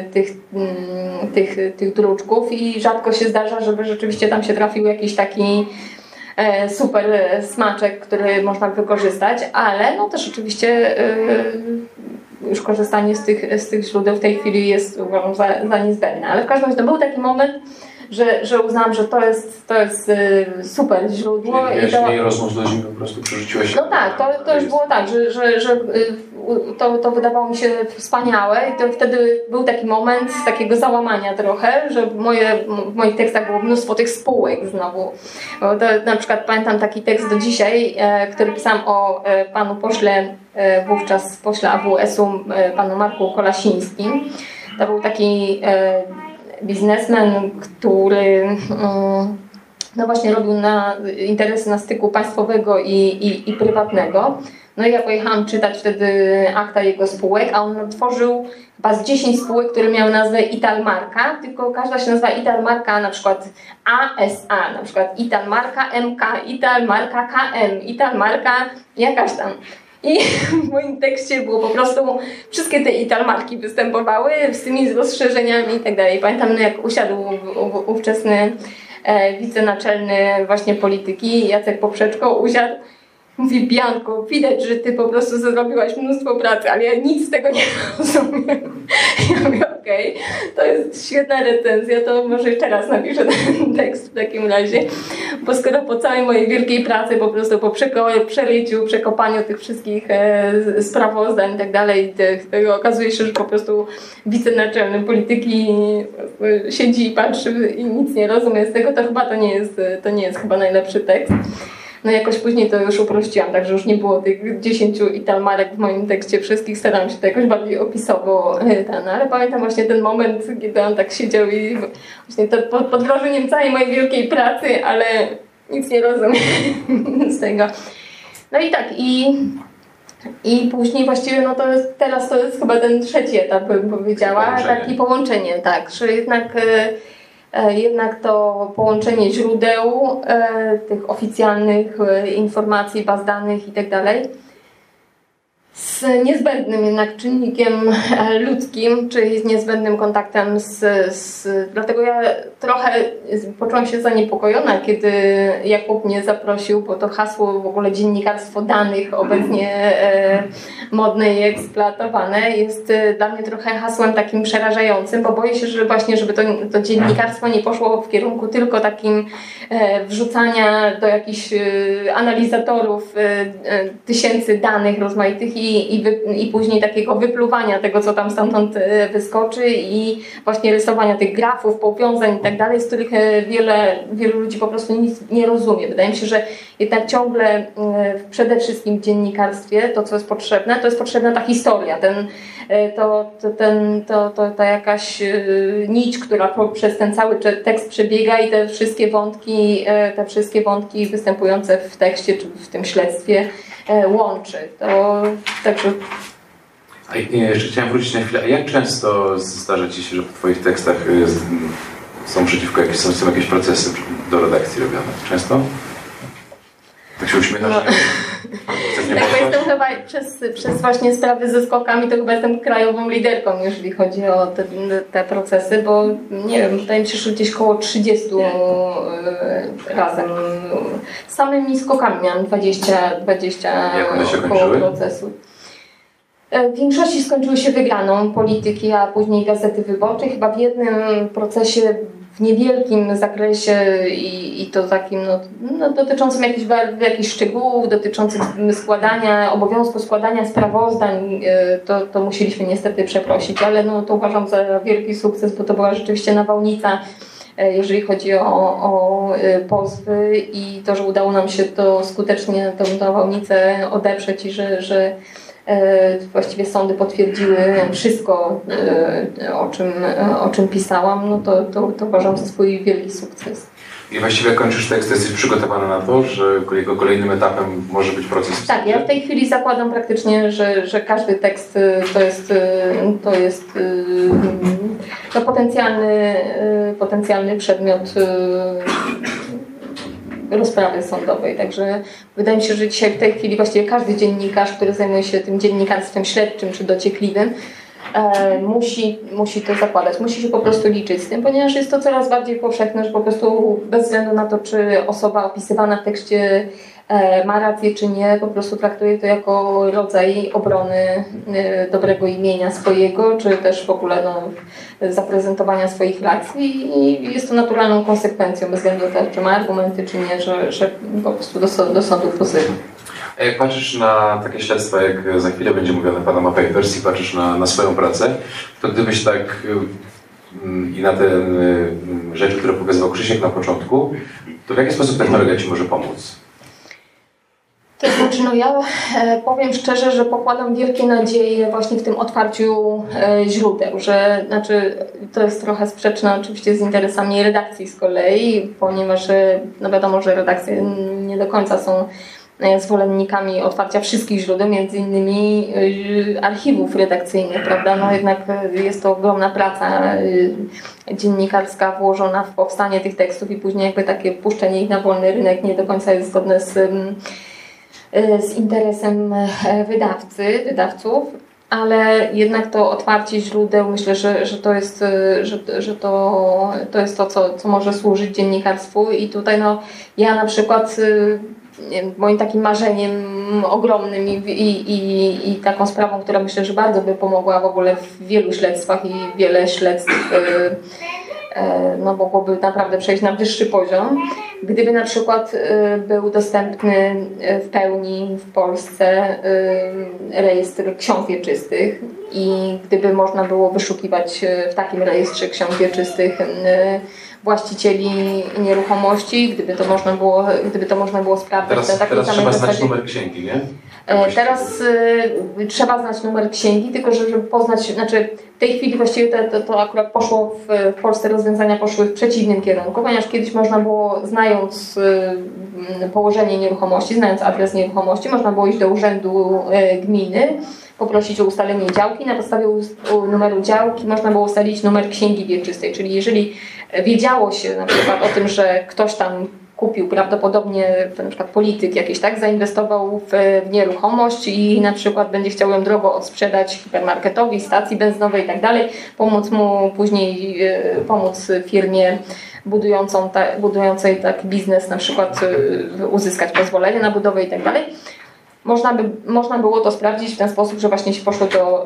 tych druczków i rzadko się zdarza, żeby rzeczywiście tam się trafił jakiś taki super smaczek, który można wykorzystać, ale też oczywiście już korzystanie z tych źródeł w tej chwili jest, uważam, za niezbędne. Ale w każdym razie był taki moment, że uznałam, że to jest super źródło. Czyli rozmów z ludźmi po prostu przerzuciłeś się. No tak, to już było tak, że to wydawało mi się wspaniałe i to wtedy był taki moment takiego załamania trochę, że w moich tekstach było mnóstwo tych spółek znowu. Bo to, na przykład pamiętam taki tekst do dzisiaj, który pisałam o panu pośle, wówczas pośle AWS-u, panu Marku Kolasińskim. To był taki biznesmen, który no właśnie robił interesy na styku państwowego i prywatnego. No i ja pojechałam czytać wtedy akta jego spółek, a on tworzył chyba z 10 spółek, które miały nazwę Italmarka, tylko każda się nazywa Italmarka na przykład ASA, na przykład Italmarka MK, Italmarka KM, Italmarka jakaś tam. I w moim tekście było po prostu, wszystkie te Italmarki występowały z tymi rozszerzeniami i tak dalej. Pamiętam, jak usiadł ówczesny wicenaczelny właśnie polityki Jacek Poprzeczko, usiadł, mówi: Bianko, widać, że ty po prostu zrobiłaś mnóstwo pracy, ale ja nic z tego nie rozumiem. Ja mówię: okej, to jest świetna recenzja, to może jeszcze raz napiszę ten tekst w takim razie, bo skoro po całej mojej wielkiej pracy, po prostu po przelyciu, przekopaniu tych wszystkich sprawozdań i tak dalej, okazuje się, że po prostu wicenaczelny polityki siedzi i patrzy i nic nie rozumie z tego, to chyba to nie jest chyba najlepszy tekst. No jakoś później to już uprościłam, także już nie było tych 10 Italmarek w moim tekście wszystkich, starałam się to jakoś bardziej opisowo ale pamiętam właśnie ten moment, kiedy on tak siedział i właśnie to pod wrażeniem całej mojej wielkiej pracy, ale nic nie rozumiem z tego. No i tak, i później właściwie, no to jest, teraz to jest chyba ten trzeci etap, bym powiedziała, takie połączenie, tak, że jednak to połączenie źródeł, tych oficjalnych informacji, baz danych i tak dalej, z niezbędnym jednak czynnikiem ludzkim, czyli z niezbędnym kontaktem dlatego ja trochę poczułam się zaniepokojona, kiedy Jakub mnie zaprosił, bo to hasło w ogóle dziennikarstwo danych obecnie modne i eksploatowane jest dla mnie trochę hasłem takim przerażającym, bo boję się, że właśnie, żeby to dziennikarstwo nie poszło w kierunku tylko takim wrzucania do jakichś analizatorów tysięcy danych rozmaitych i później takiego wypluwania tego, co tam stamtąd wyskoczy i właśnie rysowania tych grafów, powiązań i tak dalej, z których wielu ludzi po prostu nic nie rozumie. Wydaje mi się, że jednak ciągle przede wszystkim w dziennikarstwie to, co jest potrzebne, to jest potrzebna ta historia, ta jakaś nić, która przez ten cały tekst przebiega i te wszystkie wątki występujące w tekście czy w tym śledztwie łączy. Także... A jeszcze chciałem wrócić na chwilę. A jak często zdarza Ci się, że w Twoich tekstach są jakieś procesy do redakcji robione? Często? Tak się uśmiechasz? Tak, jestem chyba przez właśnie sprawy ze skokami, to chyba jestem krajową liderką, jeżeli chodzi o te procesy, bo nie wiem, wydaje mi się, że gdzieś koło 30 razem. Z samymi skokami miałam 20 koło procesu. W większości skończyły się wygraną polityki, a później Gazety Wyborczej. Chyba w jednym procesie w niewielkim zakresie i to takim dotyczącym jakichś szczegółów, dotyczących obowiązku składania sprawozdań, to musieliśmy niestety przeprosić, ale to uważam za wielki sukces, bo to była rzeczywiście nawałnica, jeżeli chodzi o pozwy i to, że udało nam się to skutecznie tę nawałnicę odeprzeć i że właściwie sądy potwierdziły wszystko, o czym pisałam, to uważam za swój wielki sukces. I właściwie jak kończysz tekst, jesteś przygotowana na to, że jego kolejnym etapem może być proces w sądzie? Tak, ja w tej chwili zakładam praktycznie, że każdy tekst to jest potencjalny przedmiot rozprawy sądowej. Także wydaje mi się, że dzisiaj w tej chwili właściwie każdy dziennikarz, który zajmuje się tym dziennikarstwem śledczym czy dociekliwym, musi to zakładać, musi się po prostu liczyć z tym, ponieważ jest to coraz bardziej powszechne, że po prostu bez względu na to, czy osoba opisywana w tekście ma rację czy nie, po prostu traktuje to jako rodzaj obrony dobrego imienia swojego, czy też w ogóle zaprezentowania swoich racji i jest to naturalną konsekwencją, bez względu na to, czy ma argumenty czy nie, że po prostu do sądu pozywa. A jak patrzysz na takie śledztwa, jak za chwilę będzie mówione Panama Papers i patrzysz na swoją pracę, to gdybyś tak i na te rzeczy, które pokazywał Krzysiek na początku, to w jaki sposób technologia Ci może pomóc? To znaczy, no ja powiem szczerze, że pokładam wielkie nadzieje właśnie w tym otwarciu źródeł, że znaczy to jest trochę sprzeczne oczywiście z interesami redakcji z kolei, ponieważ no wiadomo, że redakcje nie do końca są zwolennikami otwarcia wszystkich źródeł, między innymi archiwów redakcyjnych, prawda? No jednak jest to ogromna praca dziennikarska włożona w powstanie tych tekstów i później jakby takie puszczenie ich na wolny rynek nie do końca jest zgodne z interesem wydawców, ale jednak to otwarcie źródeł, myślę, że to jest, to jest to, co może służyć dziennikarstwu i tutaj no, ja na przykład moim takim marzeniem ogromnym i taką sprawą, która myślę, że bardzo by pomogła w ogóle w wielu śledztwach i wiele śledztw no, mogłoby naprawdę przejść na wyższy poziom, gdyby na przykład był dostępny w pełni w Polsce rejestr ksiąg wieczystych i gdyby można było wyszukiwać w takim rejestrze ksiąg wieczystych właścicieli nieruchomości, gdyby to można było sprawdzić na takiej teraz samej trzeba zasadzie. znać numer księgi, nie? Teraz trzeba znać numer księgi, tylko żeby poznać, znaczy w tej chwili właściwie to akurat poszło w Polsce rozwiązania poszły w przeciwnym kierunku, ponieważ kiedyś można było, znając położenie nieruchomości, znając adres nieruchomości, można było iść do urzędu gminy, poprosić o ustalenie działki, na podstawie numeru działki można było ustalić numer księgi wieczystej, czyli jeżeli wiedziało się na przykład o tym, że ktoś tam kupił prawdopodobnie, na przykład polityk jakiś, tak, zainwestował w nieruchomość i na przykład będzie chciał ją drogo odsprzedać hipermarketowi, stacji benzynowej i tak dalej, pomóc mu później, pomóc firmie budującej taki biznes, na przykład uzyskać pozwolenie na budowę i tak dalej. Można było to sprawdzić w ten sposób, że właśnie się poszło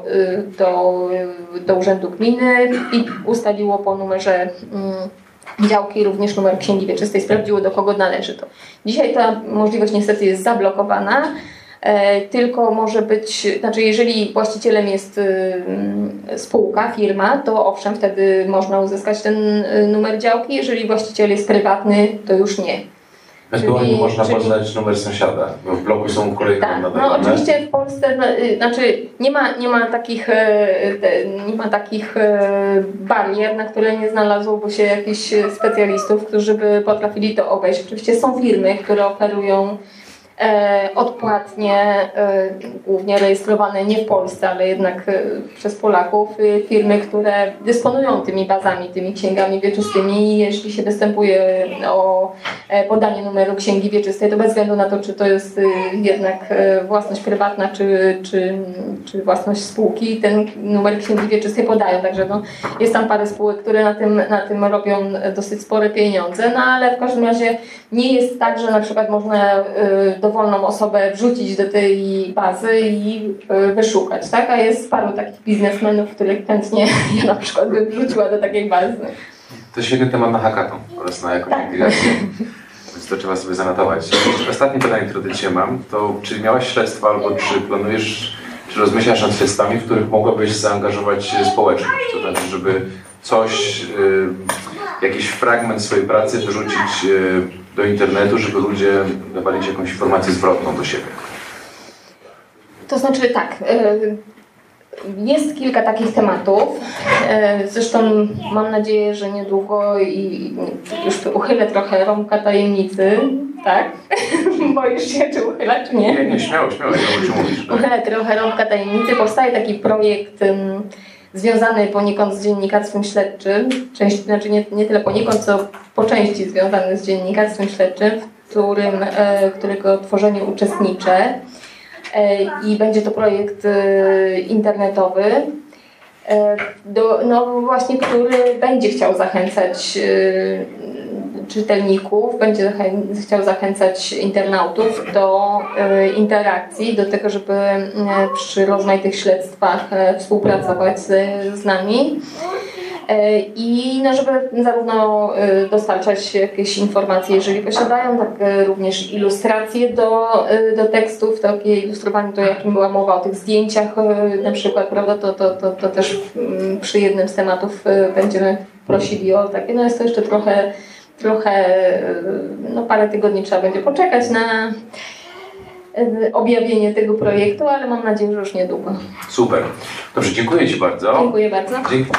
do urzędu gminy i ustaliło po numerze działki również numer księgi wieczystej, sprawdziło, do kogo należy to. Dzisiaj ta możliwość niestety jest zablokowana, tylko może być, znaczy jeżeli właścicielem jest spółka, firma, to owszem, wtedy można uzyskać ten numer działki, jeżeli właściciel jest prywatny, to już nie. Ewentualnie można poznać numer sąsiada, bo w bloku są kolejne nadawane. No oczywiście w Polsce, znaczy nie ma takich barier, na które nie znalazłoby się jakichś specjalistów, którzy by potrafili to obejść. Oczywiście są firmy, które oferują odpłatnie, głównie rejestrowane nie w Polsce, ale jednak przez Polaków, firmy, które dysponują tymi bazami, tymi księgami wieczystymi i jeśli się występuje o podanie numeru księgi wieczystej, to bez względu na to, czy to jest jednak własność prywatna, czy własność spółki, ten numer księgi wieczystej podają, także no, jest tam parę spółek, które na tym robią dosyć spore pieniądze, no ale w każdym razie nie jest tak, że na przykład można dowolną osobę wrzucić do tej bazy i wyszukać, tak? A jest paru takich biznesmenów, których chętnie ja na przykład bym wrzuciła do takiej bazy. To świetny temat na hackathon oraz na jakąś integrację, więc to trzeba sobie zanotować. Ostatnie pytanie, które do Ciebie mam, to czy miałaś śledztwo albo czy planujesz, czy rozmyślasz nad śledztwami, w których mogłabyś zaangażować społeczność? To znaczy, żeby coś, jakiś fragment swojej pracy wyrzucić do internetu, żeby ludzie dawali Ci jakąś informację zwrotną do siebie. To znaczy tak, jest kilka takich tematów, zresztą mam nadzieję, że niedługo i już uchylę trochę rąbka tajemnicy, tak? Boisz się, czy uchylać, czy nie? Nie, śmiało, ja o czym mówisz. Uchylę trochę rąbka tajemnicy, powstaje taki projekt związany poniekąd z dziennikarstwem śledczym, znaczy nie tyle poniekąd, co po części związany z dziennikarstwem śledczym, którego tworzeniu uczestniczę i będzie to projekt internetowy, no właśnie, który będzie chciał zachęcać czytelników, będzie chciał zachęcać internautów do interakcji, do tego, żeby przy rozmaitych śledztwach współpracować z nami. I no, żeby zarówno dostarczać jakieś informacje, jeżeli posiadają, tak również ilustracje do tekstów, takie ilustrowanie, to jakim była mowa o tych zdjęciach na przykład, prawda, to też przy jednym z tematów będziemy prosili o takie, no jest to jeszcze trochę, no parę tygodni trzeba będzie poczekać na objawienie tego projektu, ale mam nadzieję, że już niedługo. Super. Dobrze, dziękuję Ci bardzo. Dziękuję bardzo.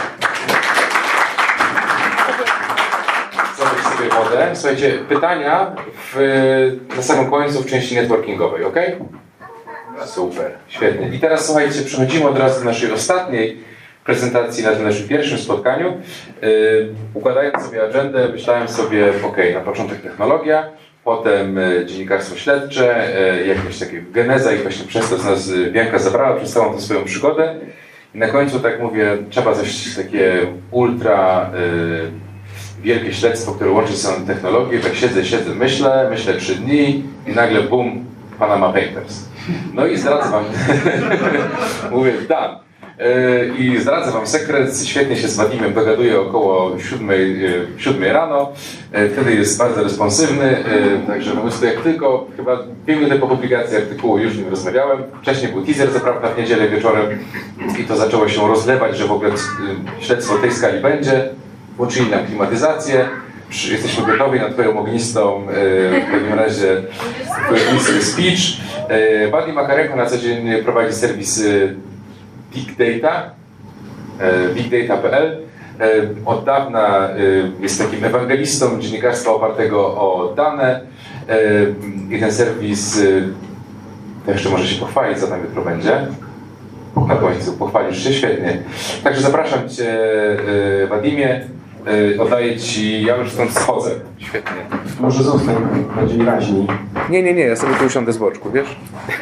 Zabrać sobie wodę. Słuchajcie, pytania na samym końcu w części networkingowej, ok? Super, świetnie. I teraz słuchajcie, przechodzimy od razu do naszej ostatniej prezentacji na tym naszym pierwszym spotkaniu. Układając sobie agendę, myślałem sobie, ok, na początek technologia, potem dziennikarstwo śledcze, jakaś taka geneza i właśnie przez to nas Bianka zabrała przez całą tą swoją przygodę. I na końcu tak mówię, trzeba coś takie ultra wielkie śledztwo, które łączy samą technologię. Tak siedzę, myślę 3 dni i nagle bum, Panama Papers. No i zdradzę wam, mówię, done. I zdradzę wam sekret, świetnie się z Wadimem dogaduję około 7 rano, wtedy jest bardzo responsywny, także po prostu jak tylko, chyba 2 minuty po publikacji artykułu już z nim rozmawiałem, wcześniej był teaser, co prawda w niedzielę wieczorem i to zaczęło się rozlewać, że w ogóle śledztwo tej skali będzie, włączyli nam klimatyzację, jesteśmy gotowi na twoją ognistą, w takim razie ognisty speech. Wadim Makarenko na co dzień prowadzi serwis Big Data, bigdata.pl. Od dawna jest takim ewangelistą dziennikarstwa opartego o dane i ten serwis to jeszcze może się pochwalić, co tam jutro będzie. Na końcu pochwalisz się, świetnie. Także zapraszam Cię, Wadimie, oddaję Ci, ja już stąd schodzę. Świetnie. Może zostań bardziej raźniej. Nie, ja sobie tu usiądę z boczku, wiesz?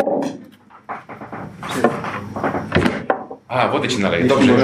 A, wody Ci naleję, dobrze.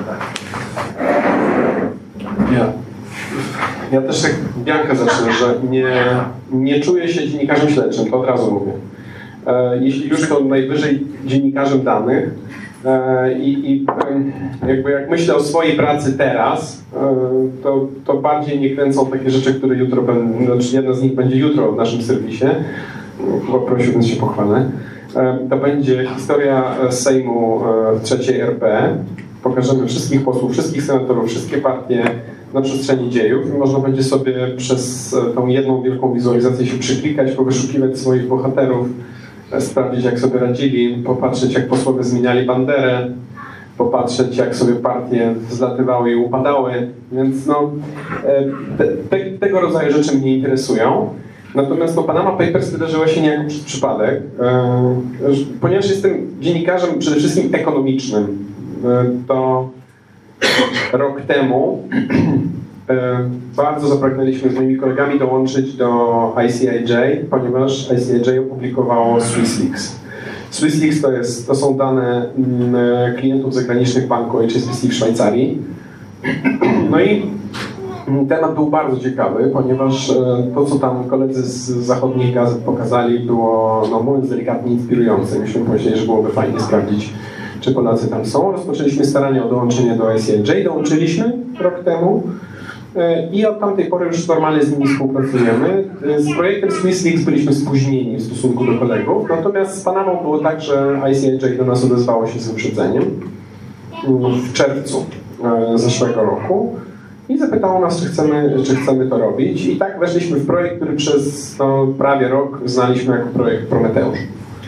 Ja też jak Bianka zacznę, że nie czuję się dziennikarzem śledczym, to od razu mówię. Jeśli już to najwyżej dziennikarzem danych i jakby jak myślę o swojej pracy teraz, to bardziej mnie kręcą takie rzeczy, które jutro będą, znaczy jedna z nich będzie jutro w naszym serwisie, chyba prosiłbym się pochwalę. To będzie historia Sejmu w 3 RP. Pokażemy wszystkich posłów, wszystkich senatorów, wszystkie partie na przestrzeni dziejów i można będzie sobie przez tą jedną wielką wizualizację się przyklikać, powyszukiwać swoich bohaterów, sprawdzić jak sobie radzili, popatrzeć jak posłowie zmieniali banderę, popatrzeć jak sobie partie zlatywały i upadały, więc no, tego rodzaju rzeczy mnie interesują. Natomiast to Panama Papers wydarzyło się niejako przez przypadek, ponieważ jestem dziennikarzem przede wszystkim ekonomicznym. To rok temu bardzo zapragnęliśmy z moimi kolegami dołączyć do ICIJ, ponieważ ICIJ opublikowało SwissLeaks. SwissLeaks to są dane klientów zagranicznych banku HSBC w Szwajcarii. No i temat był bardzo ciekawy, ponieważ to, co tam koledzy z zachodnich gazet pokazali, było, no mówiąc delikatnie, inspirujące. Myśmy powiedzieli, że byłoby fajnie sprawdzić, czy Polacy tam są. Rozpoczęliśmy starania o dołączenie do ICIJ, dołączyliśmy rok temu i od tamtej pory już normalnie z nimi współpracujemy. Z projektem SwissLeaks byliśmy spóźnieni w stosunku do kolegów, natomiast z Panamą było tak, że ICIJ do nas odezwało się z wyprzedzeniem w czerwcu zeszłego roku i zapytało nas, czy chcemy to robić. I tak weszliśmy w projekt, który przez prawie rok znaliśmy jako projekt Prometeusz.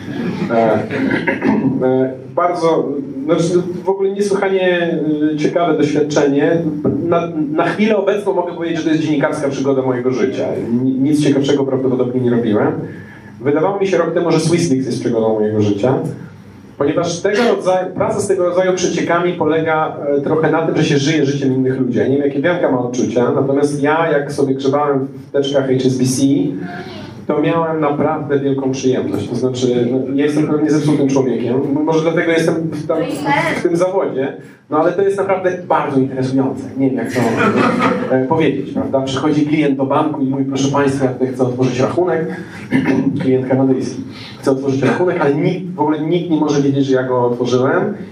Bardzo, znaczy w ogóle niesłychanie ciekawe doświadczenie. Na chwilę obecną mogę powiedzieć, że to jest dziennikarska przygoda mojego życia. Nic ciekawszego prawdopodobnie nie robiłem. Wydawało mi się rok temu, że SwissLeaks jest przygodą mojego życia, ponieważ praca z tego rodzaju przeciekami polega trochę na tym, że się żyje życiem innych ludzi. Ja nie wiem, jakie Bianka ma odczucia, natomiast ja, jak sobie grzebałem w teczkach HSBC, to miałem naprawdę wielką przyjemność. To znaczy, ja jestem pewnie zepsutym człowiekiem, może dlatego jestem w tym zawodzie, no ale to jest naprawdę bardzo interesujące. Nie wiem, jak to powiedzieć, prawda? Przychodzi klient do banku i mówi, proszę Państwa, ja tutaj chcę otworzyć rachunek, klient kanadyjski, chcę otworzyć rachunek, ale w ogóle nikt nie może wiedzieć, że ja go otworzyłem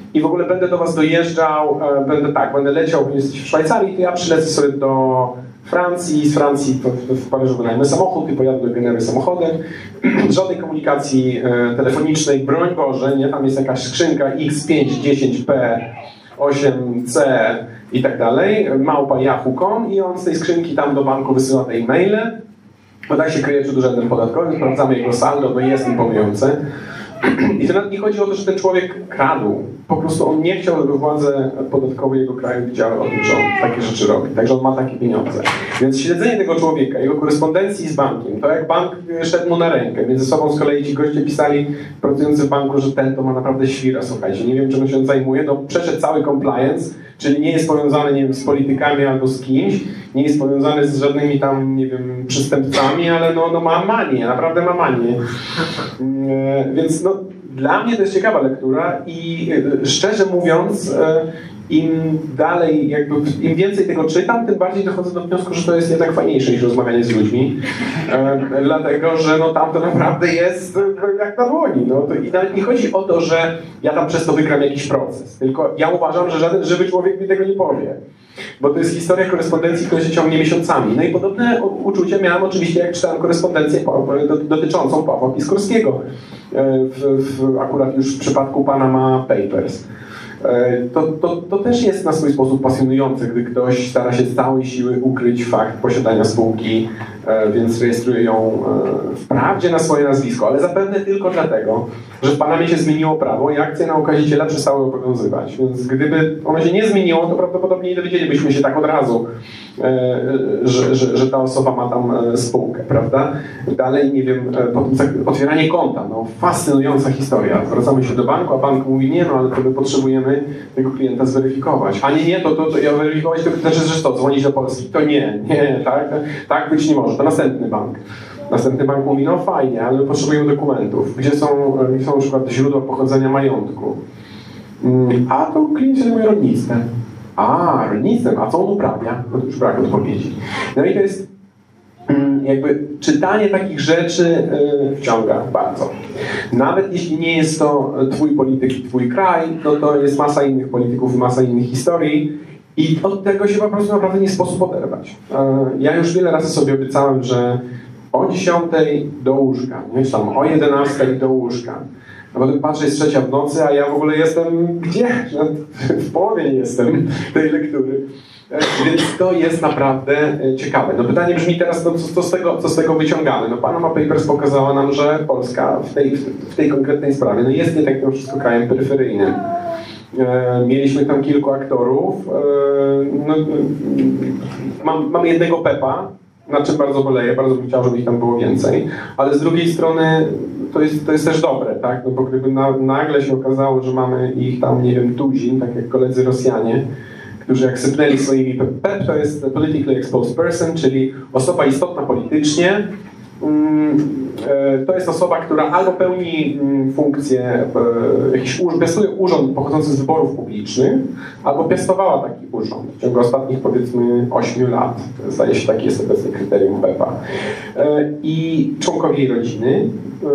i w ogóle będę do was dojeżdżał, będę leciał, jesteście w Szwajcarii, to ja przylecę sobie do Francji, z Francji w Paryżu wynajmę samochód i pojadę do Genewy samochodem. Żadnej komunikacji telefonicznej, broń Boże, nie? Tam jest jakaś skrzynka X510P 8C i tak dalej, @yahoo.com i on z tej skrzynki tam do banku wysyła te e-maile. No tak się kryje przed urzędem podatkowym, sprawdzamy jego saldo, no jest imponujące. I to nawet nie chodzi o to, że ten człowiek kradł. Po prostu on nie chciał, żeby władze podatkowe jego kraju widziały o tym, że on takie rzeczy robi. Także on ma takie pieniądze. Więc śledzenie tego człowieka, jego korespondencji z bankiem, to jak bank szedł mu na rękę. Między sobą z kolei ci goście pisali, pracujący w banku, że ten to ma naprawdę świra, słuchajcie. Nie wiem, czym się on zajmuje. No, przeszedł cały compliance, czyli nie jest powiązany, nie wiem, z politykami albo z kimś, nie jest powiązany z żadnymi tam, nie wiem, przestępcami, ale no ma manię, naprawdę ma manię. Więc no, dla mnie to jest ciekawa lektura i szczerze mówiąc, im dalej, im więcej tego czytam, tym bardziej dochodzę do wniosku, że to jest jednak fajniejsze niż rozmawianie z ludźmi. Dlatego, że no, tam to naprawdę jest jak na dłoni. No, i nawet nie chodzi o to, że ja tam przez to wygram jakiś proces, tylko ja uważam, że żaden żywy człowiek mi tego nie powie. Bo to jest historia korespondencji, która się ciągnie miesiącami. No i podobne uczucie miałem oczywiście, jak czytałem korespondencję dotyczącą Pawła Piskorskiego. Akurat już w przypadku Panama Papers. To też jest na swój sposób pasjonujące, gdy ktoś stara się z całej siły ukryć fakt posiadania spółki, więc rejestruje ją wprawdzie na swoje nazwisko, ale zapewne tylko dlatego, że w Panamie się zmieniło prawo i akcje na okaziciela przestały obowiązywać. Więc gdyby ono się nie zmieniło, to prawdopodobnie nie dowiedzielibyśmy się tak od razu, że ta osoba ma tam spółkę, prawda? Dalej, nie wiem, otwieranie konta, no fascynująca historia. Zwracamy się do banku, a bank mówi, nie no, ale to my potrzebujemy tego klienta zweryfikować. A nie, to ja weryfikować, to znaczy, że to dzwonić do Polski. To nie, tak być nie może. To następny bank. Następny bank mówi, no fajnie, ale potrzebujemy dokumentów. Gdzie są na przykład źródła pochodzenia majątku? A to klient się zajmuje rolnictwem. Rolnictwem, a co on uprawia? No to już brak odpowiedzi. No i to jest jakby czytanie takich rzeczy wciąga bardzo. Nawet jeśli nie jest to twój polityk i twój kraj, to jest masa innych polityków i masa innych historii i od tego się po prostu naprawdę nie sposób oderwać. Ja już wiele razy sobie obiecałem, że o 10 do łóżka, nie? Czy tam o 11 do łóżka. A potem patrzę, jest 3 w nocy, a ja w ogóle jestem gdzie? W połowie nie jestem tej lektury. Więc to jest naprawdę ciekawe. No pytanie brzmi teraz, no co z tego wyciągamy? No Panama Papers pokazała nam, że Polska w tej konkretnej sprawie no jest nie tak mimo wszystko krajem peryferyjnym. Mieliśmy tam kilku aktorów. Mamy jednego Pepa, nad czym bardzo boleję, bardzo bym chciał, żeby ich tam było więcej, ale z drugiej strony to jest też dobre, tak? No bo gdyby nagle się okazało, że mamy ich tam, nie wiem, tuzin, tak jak koledzy Rosjanie, którzy jak sypnęli swoimi PEP, to jest Politically Exposed Person, czyli osoba istotna politycznie. To jest osoba, która albo pełni funkcję, piastuje urząd pochodzący z wyborów publicznych, albo piastowała taki urząd w ciągu ostatnich, powiedzmy, 8 lat. Zdaje się, takie jest obecnie kryterium PEP-a. I członkowie jej rodziny.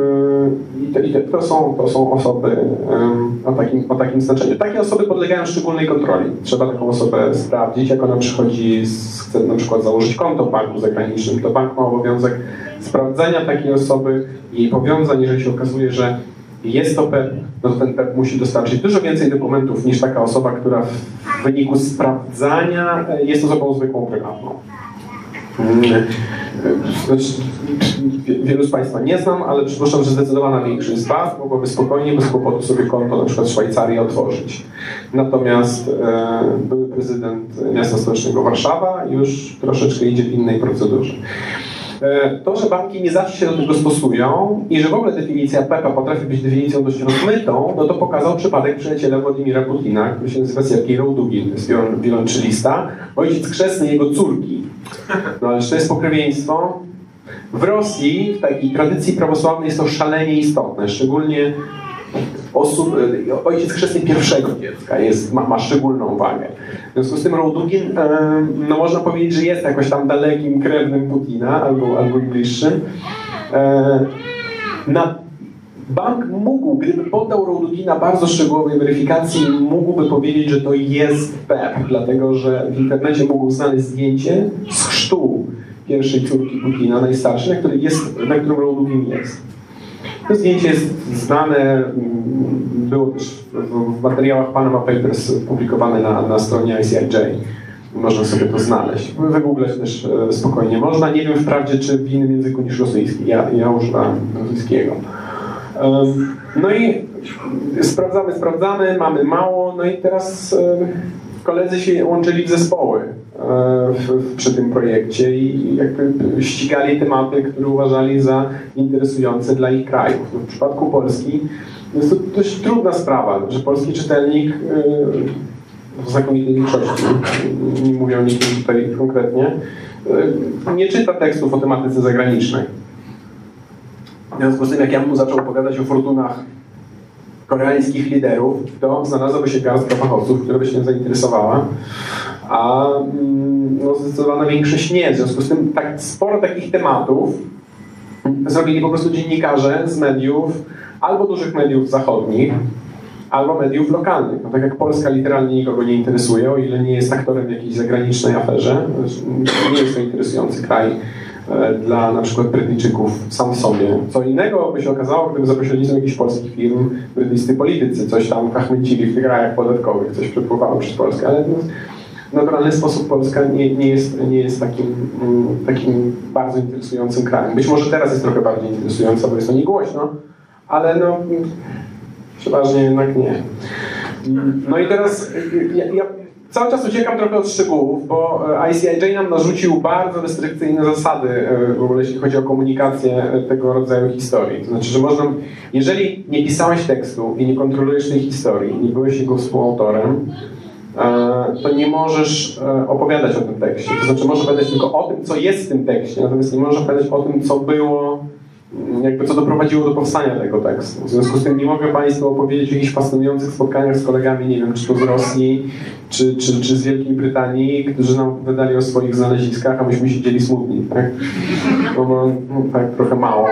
To są osoby o takim znaczeniu. Takie osoby podlegają szczególnej kontroli. Trzeba taką osobę sprawdzić, jak ona przychodzi, chce na przykład założyć konto w banku zagranicznym, to bank ma obowiązek sprawdzenia takiej osoby, jej powiązań. Jeżeli się okazuje, że jest to PEP, no to ten PEP musi dostarczyć dużo więcej dokumentów niż taka osoba, która w wyniku sprawdzania jest osobą zwykłą, prywatną. Wielu z Państwa nie znam, ale przypuszczam, że zdecydowana większość z Was mogłoby spokojnie, bez kłopotu sobie konto na przykład w Szwajcarii otworzyć. Natomiast były prezydent miasta stołecznego Warszawa już troszeczkę idzie w innej procedurze. To, że banki nie zawsze się do tego stosują i że w ogóle definicja PEP-a potrafi być definicją dość rozmytą, no to pokazał przypadek przyjaciela Władimira Putina, który się nazywa Siergiej Roudugin, to jest wiolonczelista, ojciec chrzestny jego córki. No ale czy to jest pokrewieństwo? W Rosji, w takiej tradycji prawosławnej jest to szalenie istotne, szczególnie ojciec chrzestny pierwszego dziecka ma szczególną wagę. W związku z tym Roudugin, no można powiedzieć, że jest jakoś tam dalekim krewnym Putina albo i bliższym. bank mógł, gdyby poddał Roadhogina bardzo szczegółowej weryfikacji, mógłby powiedzieć, że to jest PEP, dlatego że w internecie mógł znaleźć zdjęcie z chrztu pierwszej córki Putina, najstarszej, na którym Roadhogin jest. To zdjęcie jest znane, było też w materiałach Panama Papers publikowane na stronie ICIJ. Można sobie to znaleźć. Wygooglać też spokojnie można. Nie wiem wprawdzie, czy w innym języku niż rosyjski. Ja używam rosyjskiego. No i sprawdzamy, mamy mało. No i teraz koledzy się łączyli w zespoły przy tym projekcie i jakby ścigali tematy, które uważali za interesujące dla ich krajów. No, w przypadku Polski jest to dość trudna sprawa, że polski czytelnik w znakomitej większości, nie mówię o nikim tutaj konkretnie, nie czyta tekstów o tematyce zagranicznej. W związku z tym, jak ja mu zaczął opowiadać o fortunach koreańskich liderów, to znalazłaby się garstka fachowców, która by się tym zainteresowała, a no, zdecydowana większość nie. W związku z tym tak sporo takich tematów zrobili po prostu dziennikarze z mediów, albo dużych mediów zachodnich, albo mediów lokalnych. No, tak jak Polska literalnie nikogo nie interesuje, o ile nie jest aktorem w jakiejś zagranicznej aferze. Nie jest to interesujący kraj dla na przykład Brytyjczyków sam w sobie. Co innego by się okazało, gdyby za pośrednictwem jakichś polskich firm brytyjscy politycy coś tam kachmęcili w tych rajach podatkowych, coś przepływało przez Polskę, ale w naturalny sposób Polska nie jest takim bardzo interesującym krajem. Być może teraz jest trochę bardziej interesująca, bo jest o niej głośno, ale no przeważnie jednak nie. No i teraz ja cały czas uciekam trochę od szczegółów, bo ICIJ nam narzucił bardzo restrykcyjne zasady, w ogóle jeśli chodzi o komunikację tego rodzaju historii. To znaczy, że można, jeżeli nie pisałeś tekstu i nie kontrolujesz tej historii, nie byłeś jego współautorem, to nie możesz opowiadać o tym tekście. To znaczy, możesz opowiadać tylko o tym, co jest w tym tekście, natomiast nie możesz opowiadać o tym, co było, jakby co doprowadziło do powstania tego tekstu. W związku z tym nie mogę Państwu opowiedzieć o jakichś fascynujących spotkaniach z kolegami, nie wiem, czy to z Rosji, czy z Wielkiej Brytanii, którzy nam wydali o swoich znaleziskach, a myśmy siedzieli smutni, tak? No, tak trochę mało.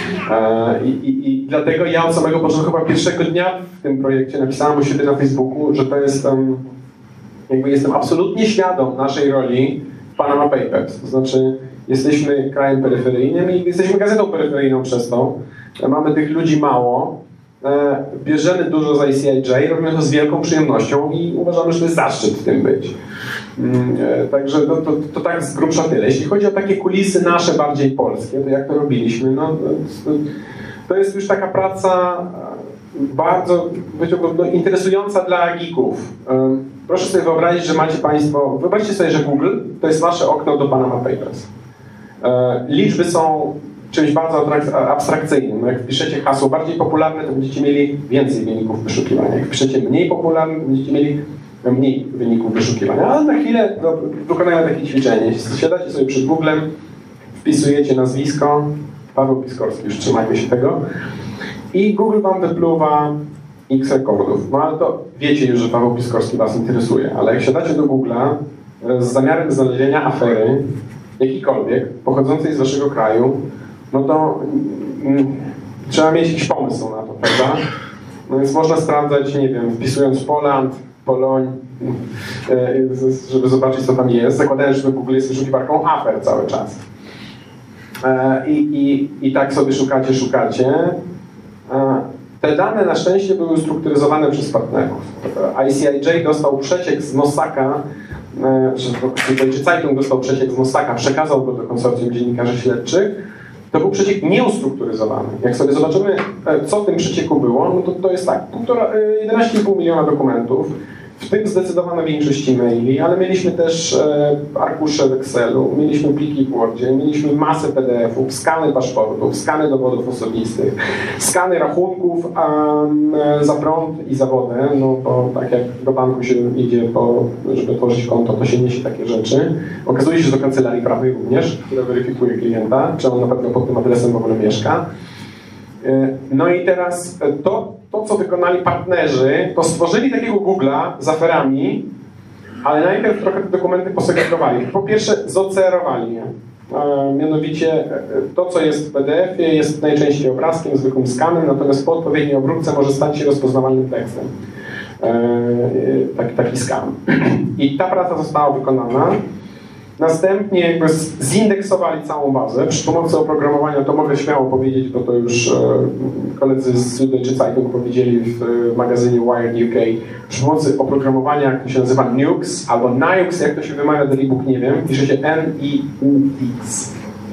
I dlatego ja od samego początku, chyba pierwszego dnia w tym projekcie napisałem u siebie na Facebooku, że to jest jakby jestem absolutnie świadom naszej roli w Panama Papers. To znaczy jesteśmy krajem peryferyjnym i jesteśmy gazetą peryferyjną przez to. Mamy tych ludzi mało. Bierzemy dużo z ICIJ, robimy to z wielką przyjemnością i uważamy, że to jest zaszczyt w tym być. Także to tak z grubsza tyle. Jeśli chodzi o takie kulisy nasze, bardziej polskie, to jak to robiliśmy, no, to jest już taka praca bardzo interesująca dla geeków. Proszę sobie wyobrazić, że macie Państwo, wyobraźcie sobie, że Google to jest Wasze okno do Panama Papers. Liczby są czymś bardzo abstrakcyjnym. Jak wpiszecie hasło bardziej popularne, to będziecie mieli więcej wyników wyszukiwania. Jak wpiszecie mniej popularne, będziecie mieli mniej wyników wyszukiwania. Ale na chwilę wykonajmy takie ćwiczenie. Siadacie sobie przed Googlem, wpisujecie nazwisko, Paweł Piskorski, już trzymajmy się tego, i Google Wam wypluwa X rekordów. No ale to wiecie już, że Paweł Piskorski Was interesuje. Ale jak siadacie do Google'a z zamiarem znalezienia afery, jakikolwiek, pochodzącej z Waszego kraju, no to trzeba mieć jakiś pomysł na to, prawda? No więc można sprawdzać, nie wiem, wpisując Poland, Poloń, żeby zobaczyć, co tam jest, zakładając, że Google jest wyszukiwarką afer cały czas. I tak sobie szukacie. Te dane na szczęście były ustrukturyzowane przez partnerów. ICIJ dostał przeciek z Mossaka, czy Zeitung dostał przeciek z Mossaka, przekazał go do konsorcjum dziennikarzy śledczych. To był przeciek nieustrukturyzowany. Jak sobie zobaczymy, co w tym przecieku było, no to jest tak, 11,5 miliona dokumentów, w tym zdecydowana większość e-maili, ale mieliśmy też arkusze w Excelu, mieliśmy pliki w Wordzie, mieliśmy masę PDF-ów, skany paszportów, skany dowodów osobistych, skany rachunków za prąd i za wodę, no to tak jak do banku się idzie, żeby tworzyć konto, to się niesie takie rzeczy. Okazuje się, że do kancelarii prawnej również, która weryfikuje klienta, czy on na pewno pod tym adresem w ogóle mieszka. No i teraz to, co wykonali partnerzy, to stworzyli takiego Google'a z aferami, ale najpierw trochę te dokumenty posegregowali. Po pierwsze, zocerowali je. Mianowicie to, co jest w PDF-ie, jest najczęściej obrazkiem, zwykłym skanem, natomiast po odpowiedniej obróbce może stać się rozpoznawalnym tekstem. Taki skan. I ta praca została wykonana. Następnie jakby zindeksowali całą bazę. Przy pomocy oprogramowania, to mogę śmiało powiedzieć, bo to już koledzy z Süddeutsche Zeitung powiedzieli w magazynie Wired UK. Przy pomocy oprogramowania, jak to się nazywa, Nux albo Niux, jak to się wymawia, Dalibóg nie wiem, pisze się N-I-U-X.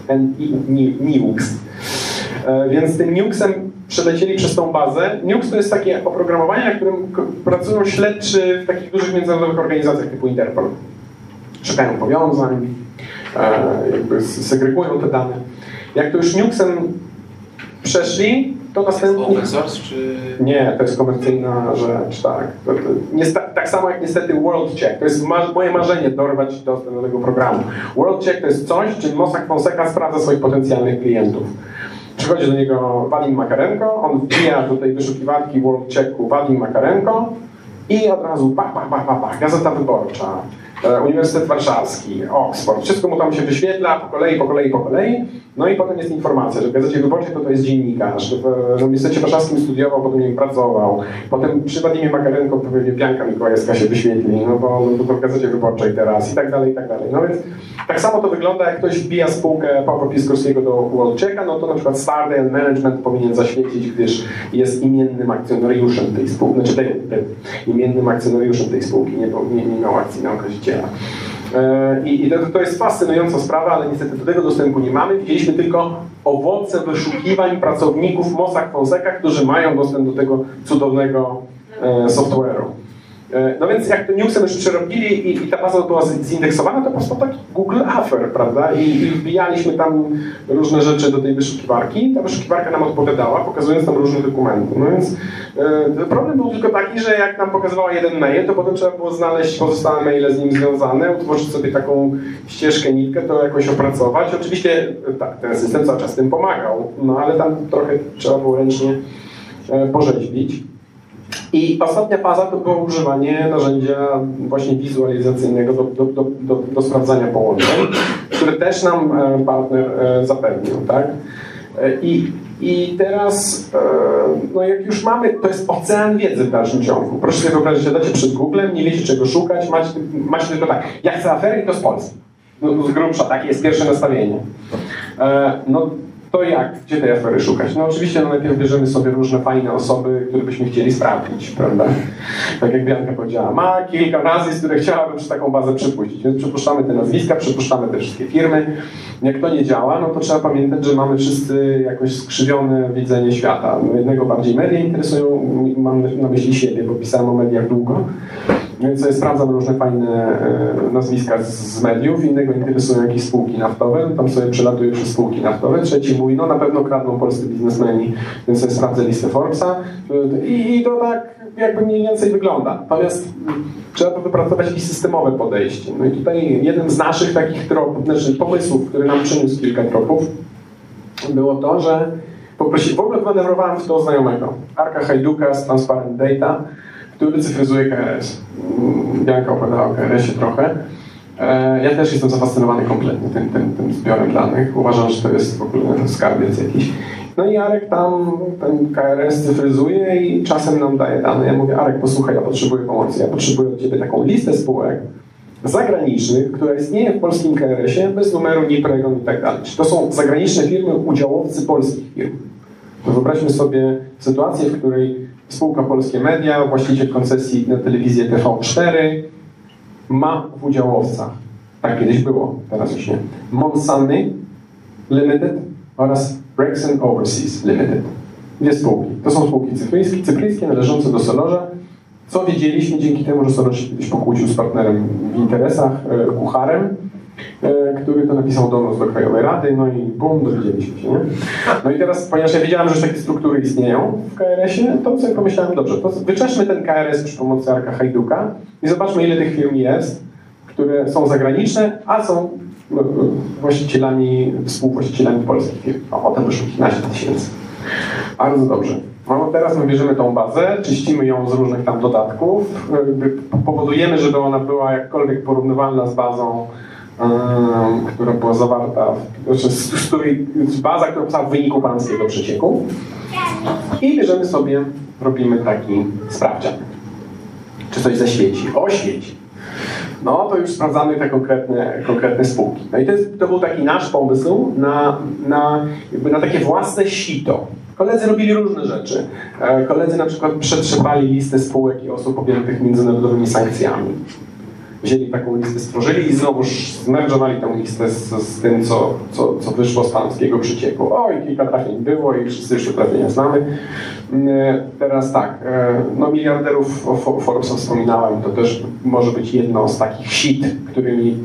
Niux. Więc tym Nuxem przelecieli przez tą bazę. Nux to jest takie oprogramowanie, na którym pracują śledczy w takich dużych międzynarodowych organizacjach typu Interpol. Szukają powiązań, jakby segregują te dane. Jak to już Nuxem przeszli, to następnie... Open source czy... Nie, to jest komercyjna rzecz, tak. Tak samo jak niestety WorldCheck. To jest moje marzenie, dorwać dostęp do tego programu. WorldCheck to jest coś, czym Mossack Fonseca sprawdza swoich potencjalnych klientów. Przychodzi do niego Wadim Makarenko, on wbija do tej wyszukiwarki WorldChecku Wadim Makarenko i od razu pach, Gazeta Wyborcza, Uniwersytet Warszawski, Oxford, wszystko mu tam się wyświetla po kolei, no i potem jest informacja, że w Gazecie Wyborczej to jest dziennikarz, że w Uniwersytecie Warszawskim studiował, potem nim pracował, potem przy Wadimie Makarenko pewnie pianka mikołajewska się wyświetli, no bo to w Gazecie Wyborczej teraz i tak dalej. No więc tak samo to wygląda, jak ktoś wbija spółkę Pawła Piskorskiego do WorldChecka, no to na przykład Stardale Management powinien zaświecić, gdyż jest imiennym akcjonariuszem tej spółki, imiennym akcjonariuszem tej spółki, nie miał akcji na okaziciela. I to jest fascynująca sprawa, ale niestety do tego dostępu nie mamy. Widzieliśmy tylko owoce wyszukiwań pracowników Mossack Fonseca, którzy mają dostęp do tego cudownego software'u. No więc jak to Newsem już przerobili i ta baza była zindeksowana, to po prostu taki Google Afer, prawda? I wbijaliśmy tam różne rzeczy do tej wyszukiwarki. Ta wyszukiwarka nam odpowiadała, pokazując tam różne dokumenty. No więc problem był tylko taki, że jak nam pokazywała jeden mail, to potem trzeba było znaleźć pozostałe maile z nim związane, utworzyć sobie taką ścieżkę, nitkę, to jakoś opracować. Oczywiście tak, ten system cały czas tym pomagał, no ale tam trochę trzeba było ręcznie porzeźbić. I ostatnia faza to było używanie narzędzia właśnie wizualizacyjnego do sprawdzania połączeń, które też nam partner zapewnił, tak? I teraz, no jak już mamy, to jest ocean wiedzy w dalszym ciągu. Proszę sobie wyobrazić, siadacie przed Googlem, nie wiecie czego szukać, macie tylko tak, ja chcę afery i to z Polski. No z grubsza, takie jest pierwsze nastawienie. No to jak? Gdzie tej afery szukać? No oczywiście najpierw bierzemy sobie różne fajne osoby, które byśmy chcieli sprawdzić, prawda? Tak jak Bianka powiedziała, ma kilka nazwisk, które chciałabym przez taką bazę przypuścić, więc przypuszczamy te nazwiska, przypuszczamy te wszystkie firmy. Jak to nie działa, no to trzeba pamiętać, że mamy wszyscy jakoś skrzywione widzenie świata. No, jednego bardziej media interesują, mam na myśli siebie, bo pisałem o mediach długo. Więc sobie sprawdzam różne fajne nazwiska z mediów, innego interesują jakieś spółki naftowe, tam sobie przelatuję przez spółki naftowe, trzeci mówi, no na pewno kradną polscy biznesmeni, więc sobie sprawdzę listę Forbesa i to tak jakby mniej więcej wygląda. Natomiast trzeba to wypracować jakieś systemowe podejście. No i tutaj jeden z naszych takich pomysłów, który nam przyniósł kilka tropów, było to, że w ogóle manewrowałem w to znajomego, Arka Hajduka z Transparent Data, który cyfryzuje KRS. Bianka opowiadała o KRS-ie trochę. Ja też jestem zafascynowany kompletnie tym zbiorem danych. Uważam, że to jest w ogóle skarbiec jakiś. No i Arek tam ten KRS cyfryzuje i czasem nam daje dane. Ja mówię, Arek, posłuchaj, ja potrzebuję pomocy. Ja potrzebuję od Ciebie taką listę spółek zagranicznych, która istnieje w polskim KRS-ie bez numeru NIP, REGON i tak dalej. Czy to są zagraniczne firmy, udziałowcy polskich firm? To wyobraźmy sobie sytuację, w której spółka Polskie Media, właściciel koncesji na telewizję TV4 ma w udziałowcach, tak kiedyś było, teraz już nie, Monsanny Limited oraz Rexon Overseas Limited. Dwie spółki. To są spółki cypryjskie należące do Solorza. Co wiedzieliśmy dzięki temu, że Solorz się kiedyś pokłócił z partnerem w interesach, Kucharem, który to napisał donos do Krajowej Rady, no i bum, dowiedzieliśmy się, nie? No i teraz, ponieważ ja wiedziałem, że już takie struktury istnieją w KRS-ie, to sobie pomyślałem, dobrze, to wyczeszmy ten KRS przy pomocy Arka Hajduka i zobaczmy, ile tych firm jest, które są zagraniczne, a są współwłaścicielami polskich firm. O, potem wyszło 15 000. Bardzo dobrze. No teraz my bierzemy tą bazę, czyścimy ją z różnych tam dodatków, powodujemy, żeby ona była jakkolwiek porównywalna z bazą która była zawarta, baza, która powstała w wyniku panamskiego przecieku. I bierzemy sobie, robimy taki sprawdzian. Czy coś zaświeci? O, świeci. No to już sprawdzamy te konkretne spółki. No i to był taki nasz pomysł na takie własne sito. Koledzy robili różne rzeczy. Koledzy na przykład przetrzepali listę spółek i osób objętych międzynarodowymi sankcjami. Wzięli taką listę, stworzyli i znowuż zmerdżowali tę listę z tym, co wyszło z panamskiego przecieku. Oj, kilka trafień było i wszyscy już te trafienia znamy. Teraz tak, no miliarderów Forbesa wspominałem, to też może być jedno z takich sit, którymi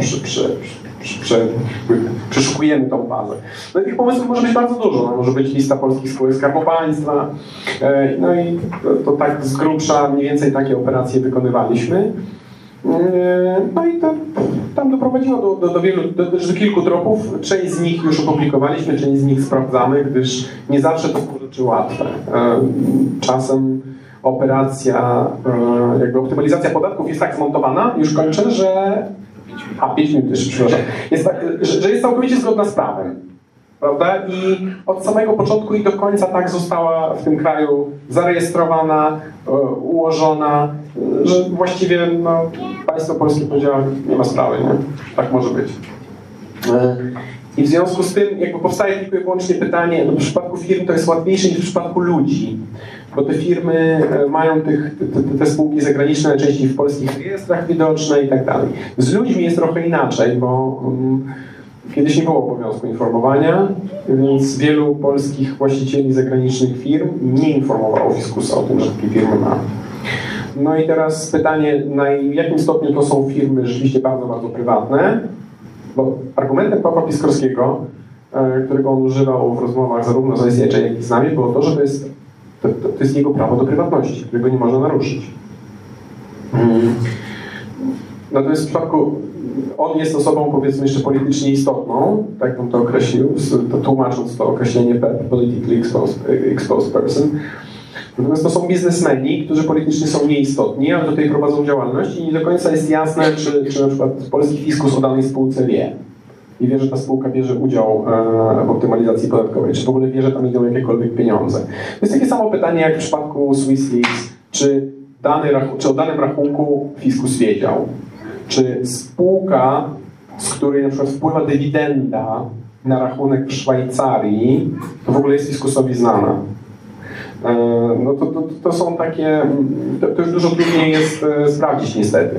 przeszukujemy tą bazę. No i tych pomysłów może być bardzo dużo. No, może być lista polskich spółek Skarbu Państwa. No i to tak z grubsza mniej więcej takie operacje wykonywaliśmy. No i to tam doprowadziło do kilku tropów. Część z nich już opublikowaliśmy, część z nich sprawdzamy, gdyż nie zawsze to są rzeczy łatwe. Czasem operacja, jakby optymalizacja podatków jest tak zmontowana, już kończę, że 5 minut jeszcze, przepraszam, jest tak, że jest całkowicie zgodna z prawem. Prawda? I od samego początku i do końca tak została w tym kraju zarejestrowana, ułożona, że właściwie no, państwo polskie powiedziało, nie ma sprawy, nie? Tak może być. I w związku z tym jakby powstaje tylko i wyłącznie pytanie, no w przypadku firm to jest łatwiejsze niż w przypadku ludzi, bo te firmy mają te spółki zagraniczne najczęściej w polskich rejestrach widoczne i tak dalej. Z ludźmi jest trochę inaczej, bo kiedyś nie było obowiązku informowania, więc wielu polskich właścicieli zagranicznych firm nie informowało fiskusa o tym, że takie firmy ma. No i teraz pytanie, na jakim stopniu to są firmy rzeczywiście bardzo, bardzo prywatne, bo argumentem Pawła Piskorskiego, którego on używał w rozmowach zarówno z ICH, jak i z nami, było to, że to jest jego prawo do prywatności, którego nie można naruszyć. Natomiast w przypadku on jest osobą, powiedzmy, jeszcze politycznie istotną, tak bym to określił, tłumacząc to określenie politically exposed person. Natomiast to są biznesmeni, którzy politycznie są nieistotni, ale do tej prowadzą działalność i nie do końca jest jasne, czy na przykład polski fiskus o danej spółce wie. I wie, że ta spółka bierze udział w optymalizacji podatkowej, czy w ogóle wie, że tam idą jakiekolwiek pieniądze. To jest takie samo pytanie jak w przypadku SwissLeaks, czy o danym rachunku fiskus wiedział. Czy spółka, z której na przykład wpływa dywidenda na rachunek w Szwajcarii, to w ogóle jest fiskusowi znana. No to są takie, to już dużo trudniej jest sprawdzić niestety.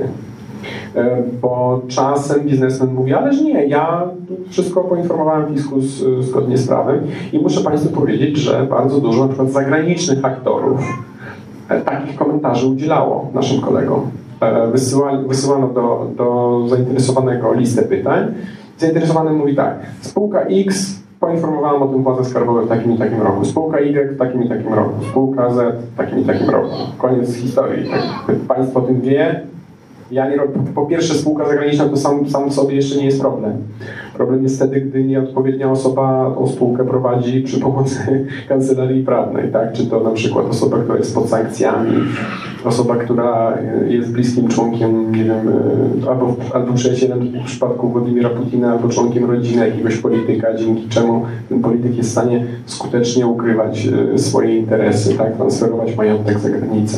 Bo czasem biznesmen mówi, ależ nie, ja wszystko poinformowałem fiskus zgodnie z prawem i muszę Państwu powiedzieć, że bardzo dużo na przykład zagranicznych aktorów takich komentarzy udzielało naszym kolegom. Wysyłano do zainteresowanego listę pytań. Zainteresowany mówi tak, spółka X poinformowałem o tym władze skarbowe w takim i takim roku, spółka Y w takim i takim roku, spółka Z w takim i takim roku. Koniec historii. Tak, państwo o tym wie. Ja nie robię. Po pierwsze, spółka zagraniczna to sam w sobie jeszcze nie jest problem. Problem jest wtedy, gdy nieodpowiednia osoba tą spółkę prowadzi przy pomocy kancelarii prawnej, tak? Czy to na przykład osoba, która jest pod sankcjami, osoba, która jest bliskim członkiem, nie wiem, albo przyjacielem w przypadku Władimira Putina, albo członkiem rodziny jakiegoś polityka, dzięki czemu ten polityk jest w stanie skutecznie ukrywać swoje interesy, tak? Transferować majątek za granicę.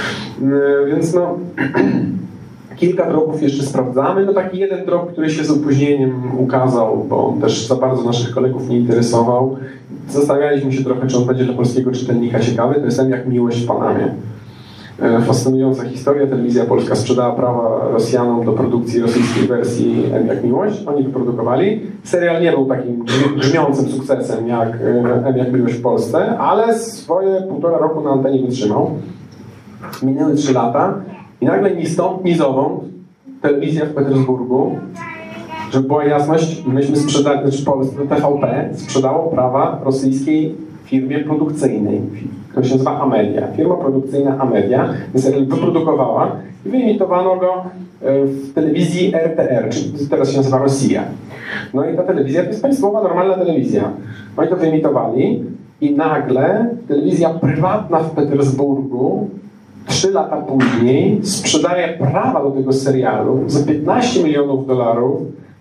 Więc no... Kilka dropów jeszcze sprawdzamy. No taki jeden drop, który się z opóźnieniem ukazał, bo on też za bardzo naszych kolegów nie interesował. Zastanawialiśmy się trochę, czy on będzie dla polskiego czytelnika ciekawy. To jest M jak miłość w Panamie. Fascynująca historia. Telewizja polska sprzedała prawa Rosjanom do produkcji rosyjskiej wersji M jak miłość. Oni wyprodukowali. Serial nie był takim grzmiącym sukcesem jak M jak miłość w Polsce, ale swoje 1,5 roku na antenie wytrzymał. Minęły 3 lata. I nagle ni stąd, ni zowąd telewizja w Petersburgu, żeby była jasność, myśmy sprzedali, znaczy TVP sprzedało prawa rosyjskiej firmie produkcyjnej, która się nazywa Amedia. Firma produkcyjna Amedia serial wyprodukowała i wyemitowano go w telewizji RTR, czyli teraz się nazywa Rosja. No i ta telewizja to jest państwowa, normalna telewizja. Oni to wyemitowali i nagle telewizja prywatna w Petersburgu 3 lata później sprzedaje prawa do tego serialu za $15 milionów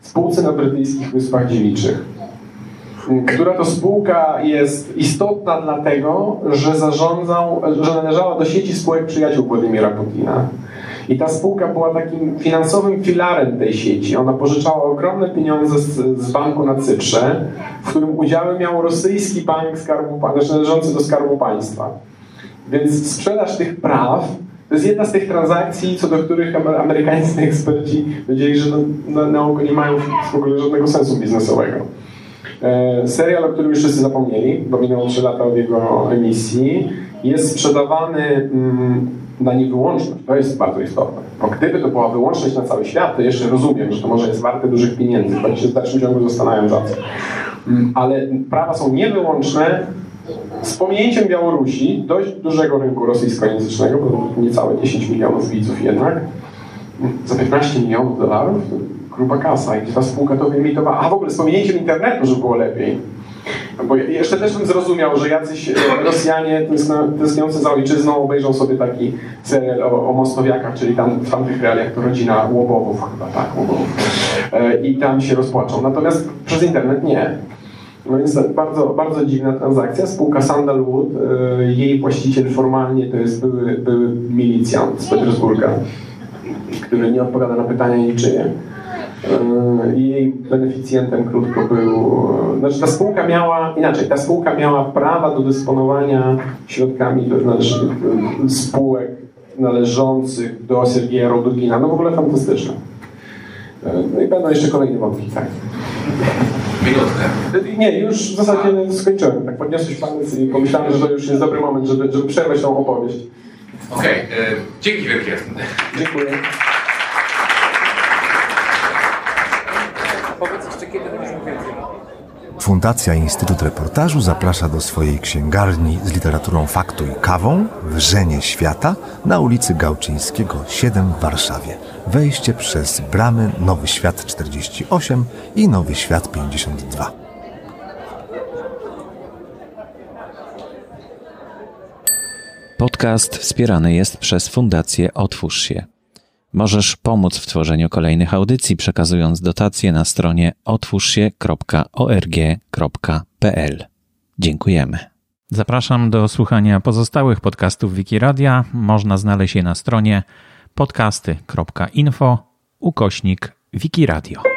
spółce na brytyjskich Wyspach Dziewiczych, która to spółka jest istotna dlatego, że należała do sieci spółek przyjaciół Władimira Putina. I ta spółka była takim finansowym filarem tej sieci. Ona pożyczała ogromne pieniądze z banku na Cyprze, w którym udziały miał rosyjski bank należący do Skarbu Państwa. Więc sprzedaż tych praw to jest jedna z tych transakcji, co do których amerykańscy eksperci powiedzieli, że nie mają w ogóle żadnego sensu biznesowego. Serial, o którym już wszyscy zapomnieli, bo minęło 3 lata od jego emisji, jest sprzedawany na niewyłączność. To jest bardzo istotne. Bo gdyby to była wyłączność na cały świat, to jeszcze rozumiem, że to może jest warte dużych pieniędzy, choć się w dalszym ciągu zastanawiam za co. Ale prawa są niewyłączne, z pominięciem Białorusi, dość dużego rynku rosyjskojęzycznego, bo niecałe 10 milionów widzów jednak, za 15 milionów dolarów, gruba kasa, i ta spółka to wyemitowała. A w ogóle z pominięciem internetu, żeby było lepiej. Bo jeszcze też bym zrozumiał, że jacyś Rosjanie tęskniący za ojczyzną obejrzą sobie taki serial o Mosnowiakach, czyli tam w tamtych realiach to rodzina Łobowów, chyba tak, Łobowów. I tam się rozpłaczą. Natomiast przez internet nie. No więc bardzo, bardzo dziwna transakcja. Spółka Sandalwood, jej właściciel formalnie to jest były milicjant z Petersburga, który nie odpowiada na pytania niczyje. Jej beneficjentem krótko był... Znaczy ta spółka miała prawa do dysponowania środkami spółek należących do Sergieja Rodugina. No w ogóle fantastyczne. No i będą jeszcze kolejne wątki, tak. Minutkę. Nie, już w zasadzie skończyłem. Tak podniosłeś palec i pomyślałem, że to już jest dobry moment, żeby przerwać tą opowieść. Okej, dzięki wielkie. Dziękuję. Fundacja Instytut Reportażu zaprasza do swojej księgarni z literaturą faktu i kawą Wrzenie Świata na ulicy Gałczyńskiego 7 w Warszawie. Wejście przez bramy Nowy Świat 48 i Nowy Świat 52. Podcast wspierany jest przez Fundację Otwórz się. Możesz pomóc w tworzeniu kolejnych audycji, przekazując dotacje na stronie otwórzsie.org.pl. Dziękujemy. Zapraszam do słuchania pozostałych podcastów Wikiradia. Można znaleźć je na stronie podcasty.info/Wikiradio.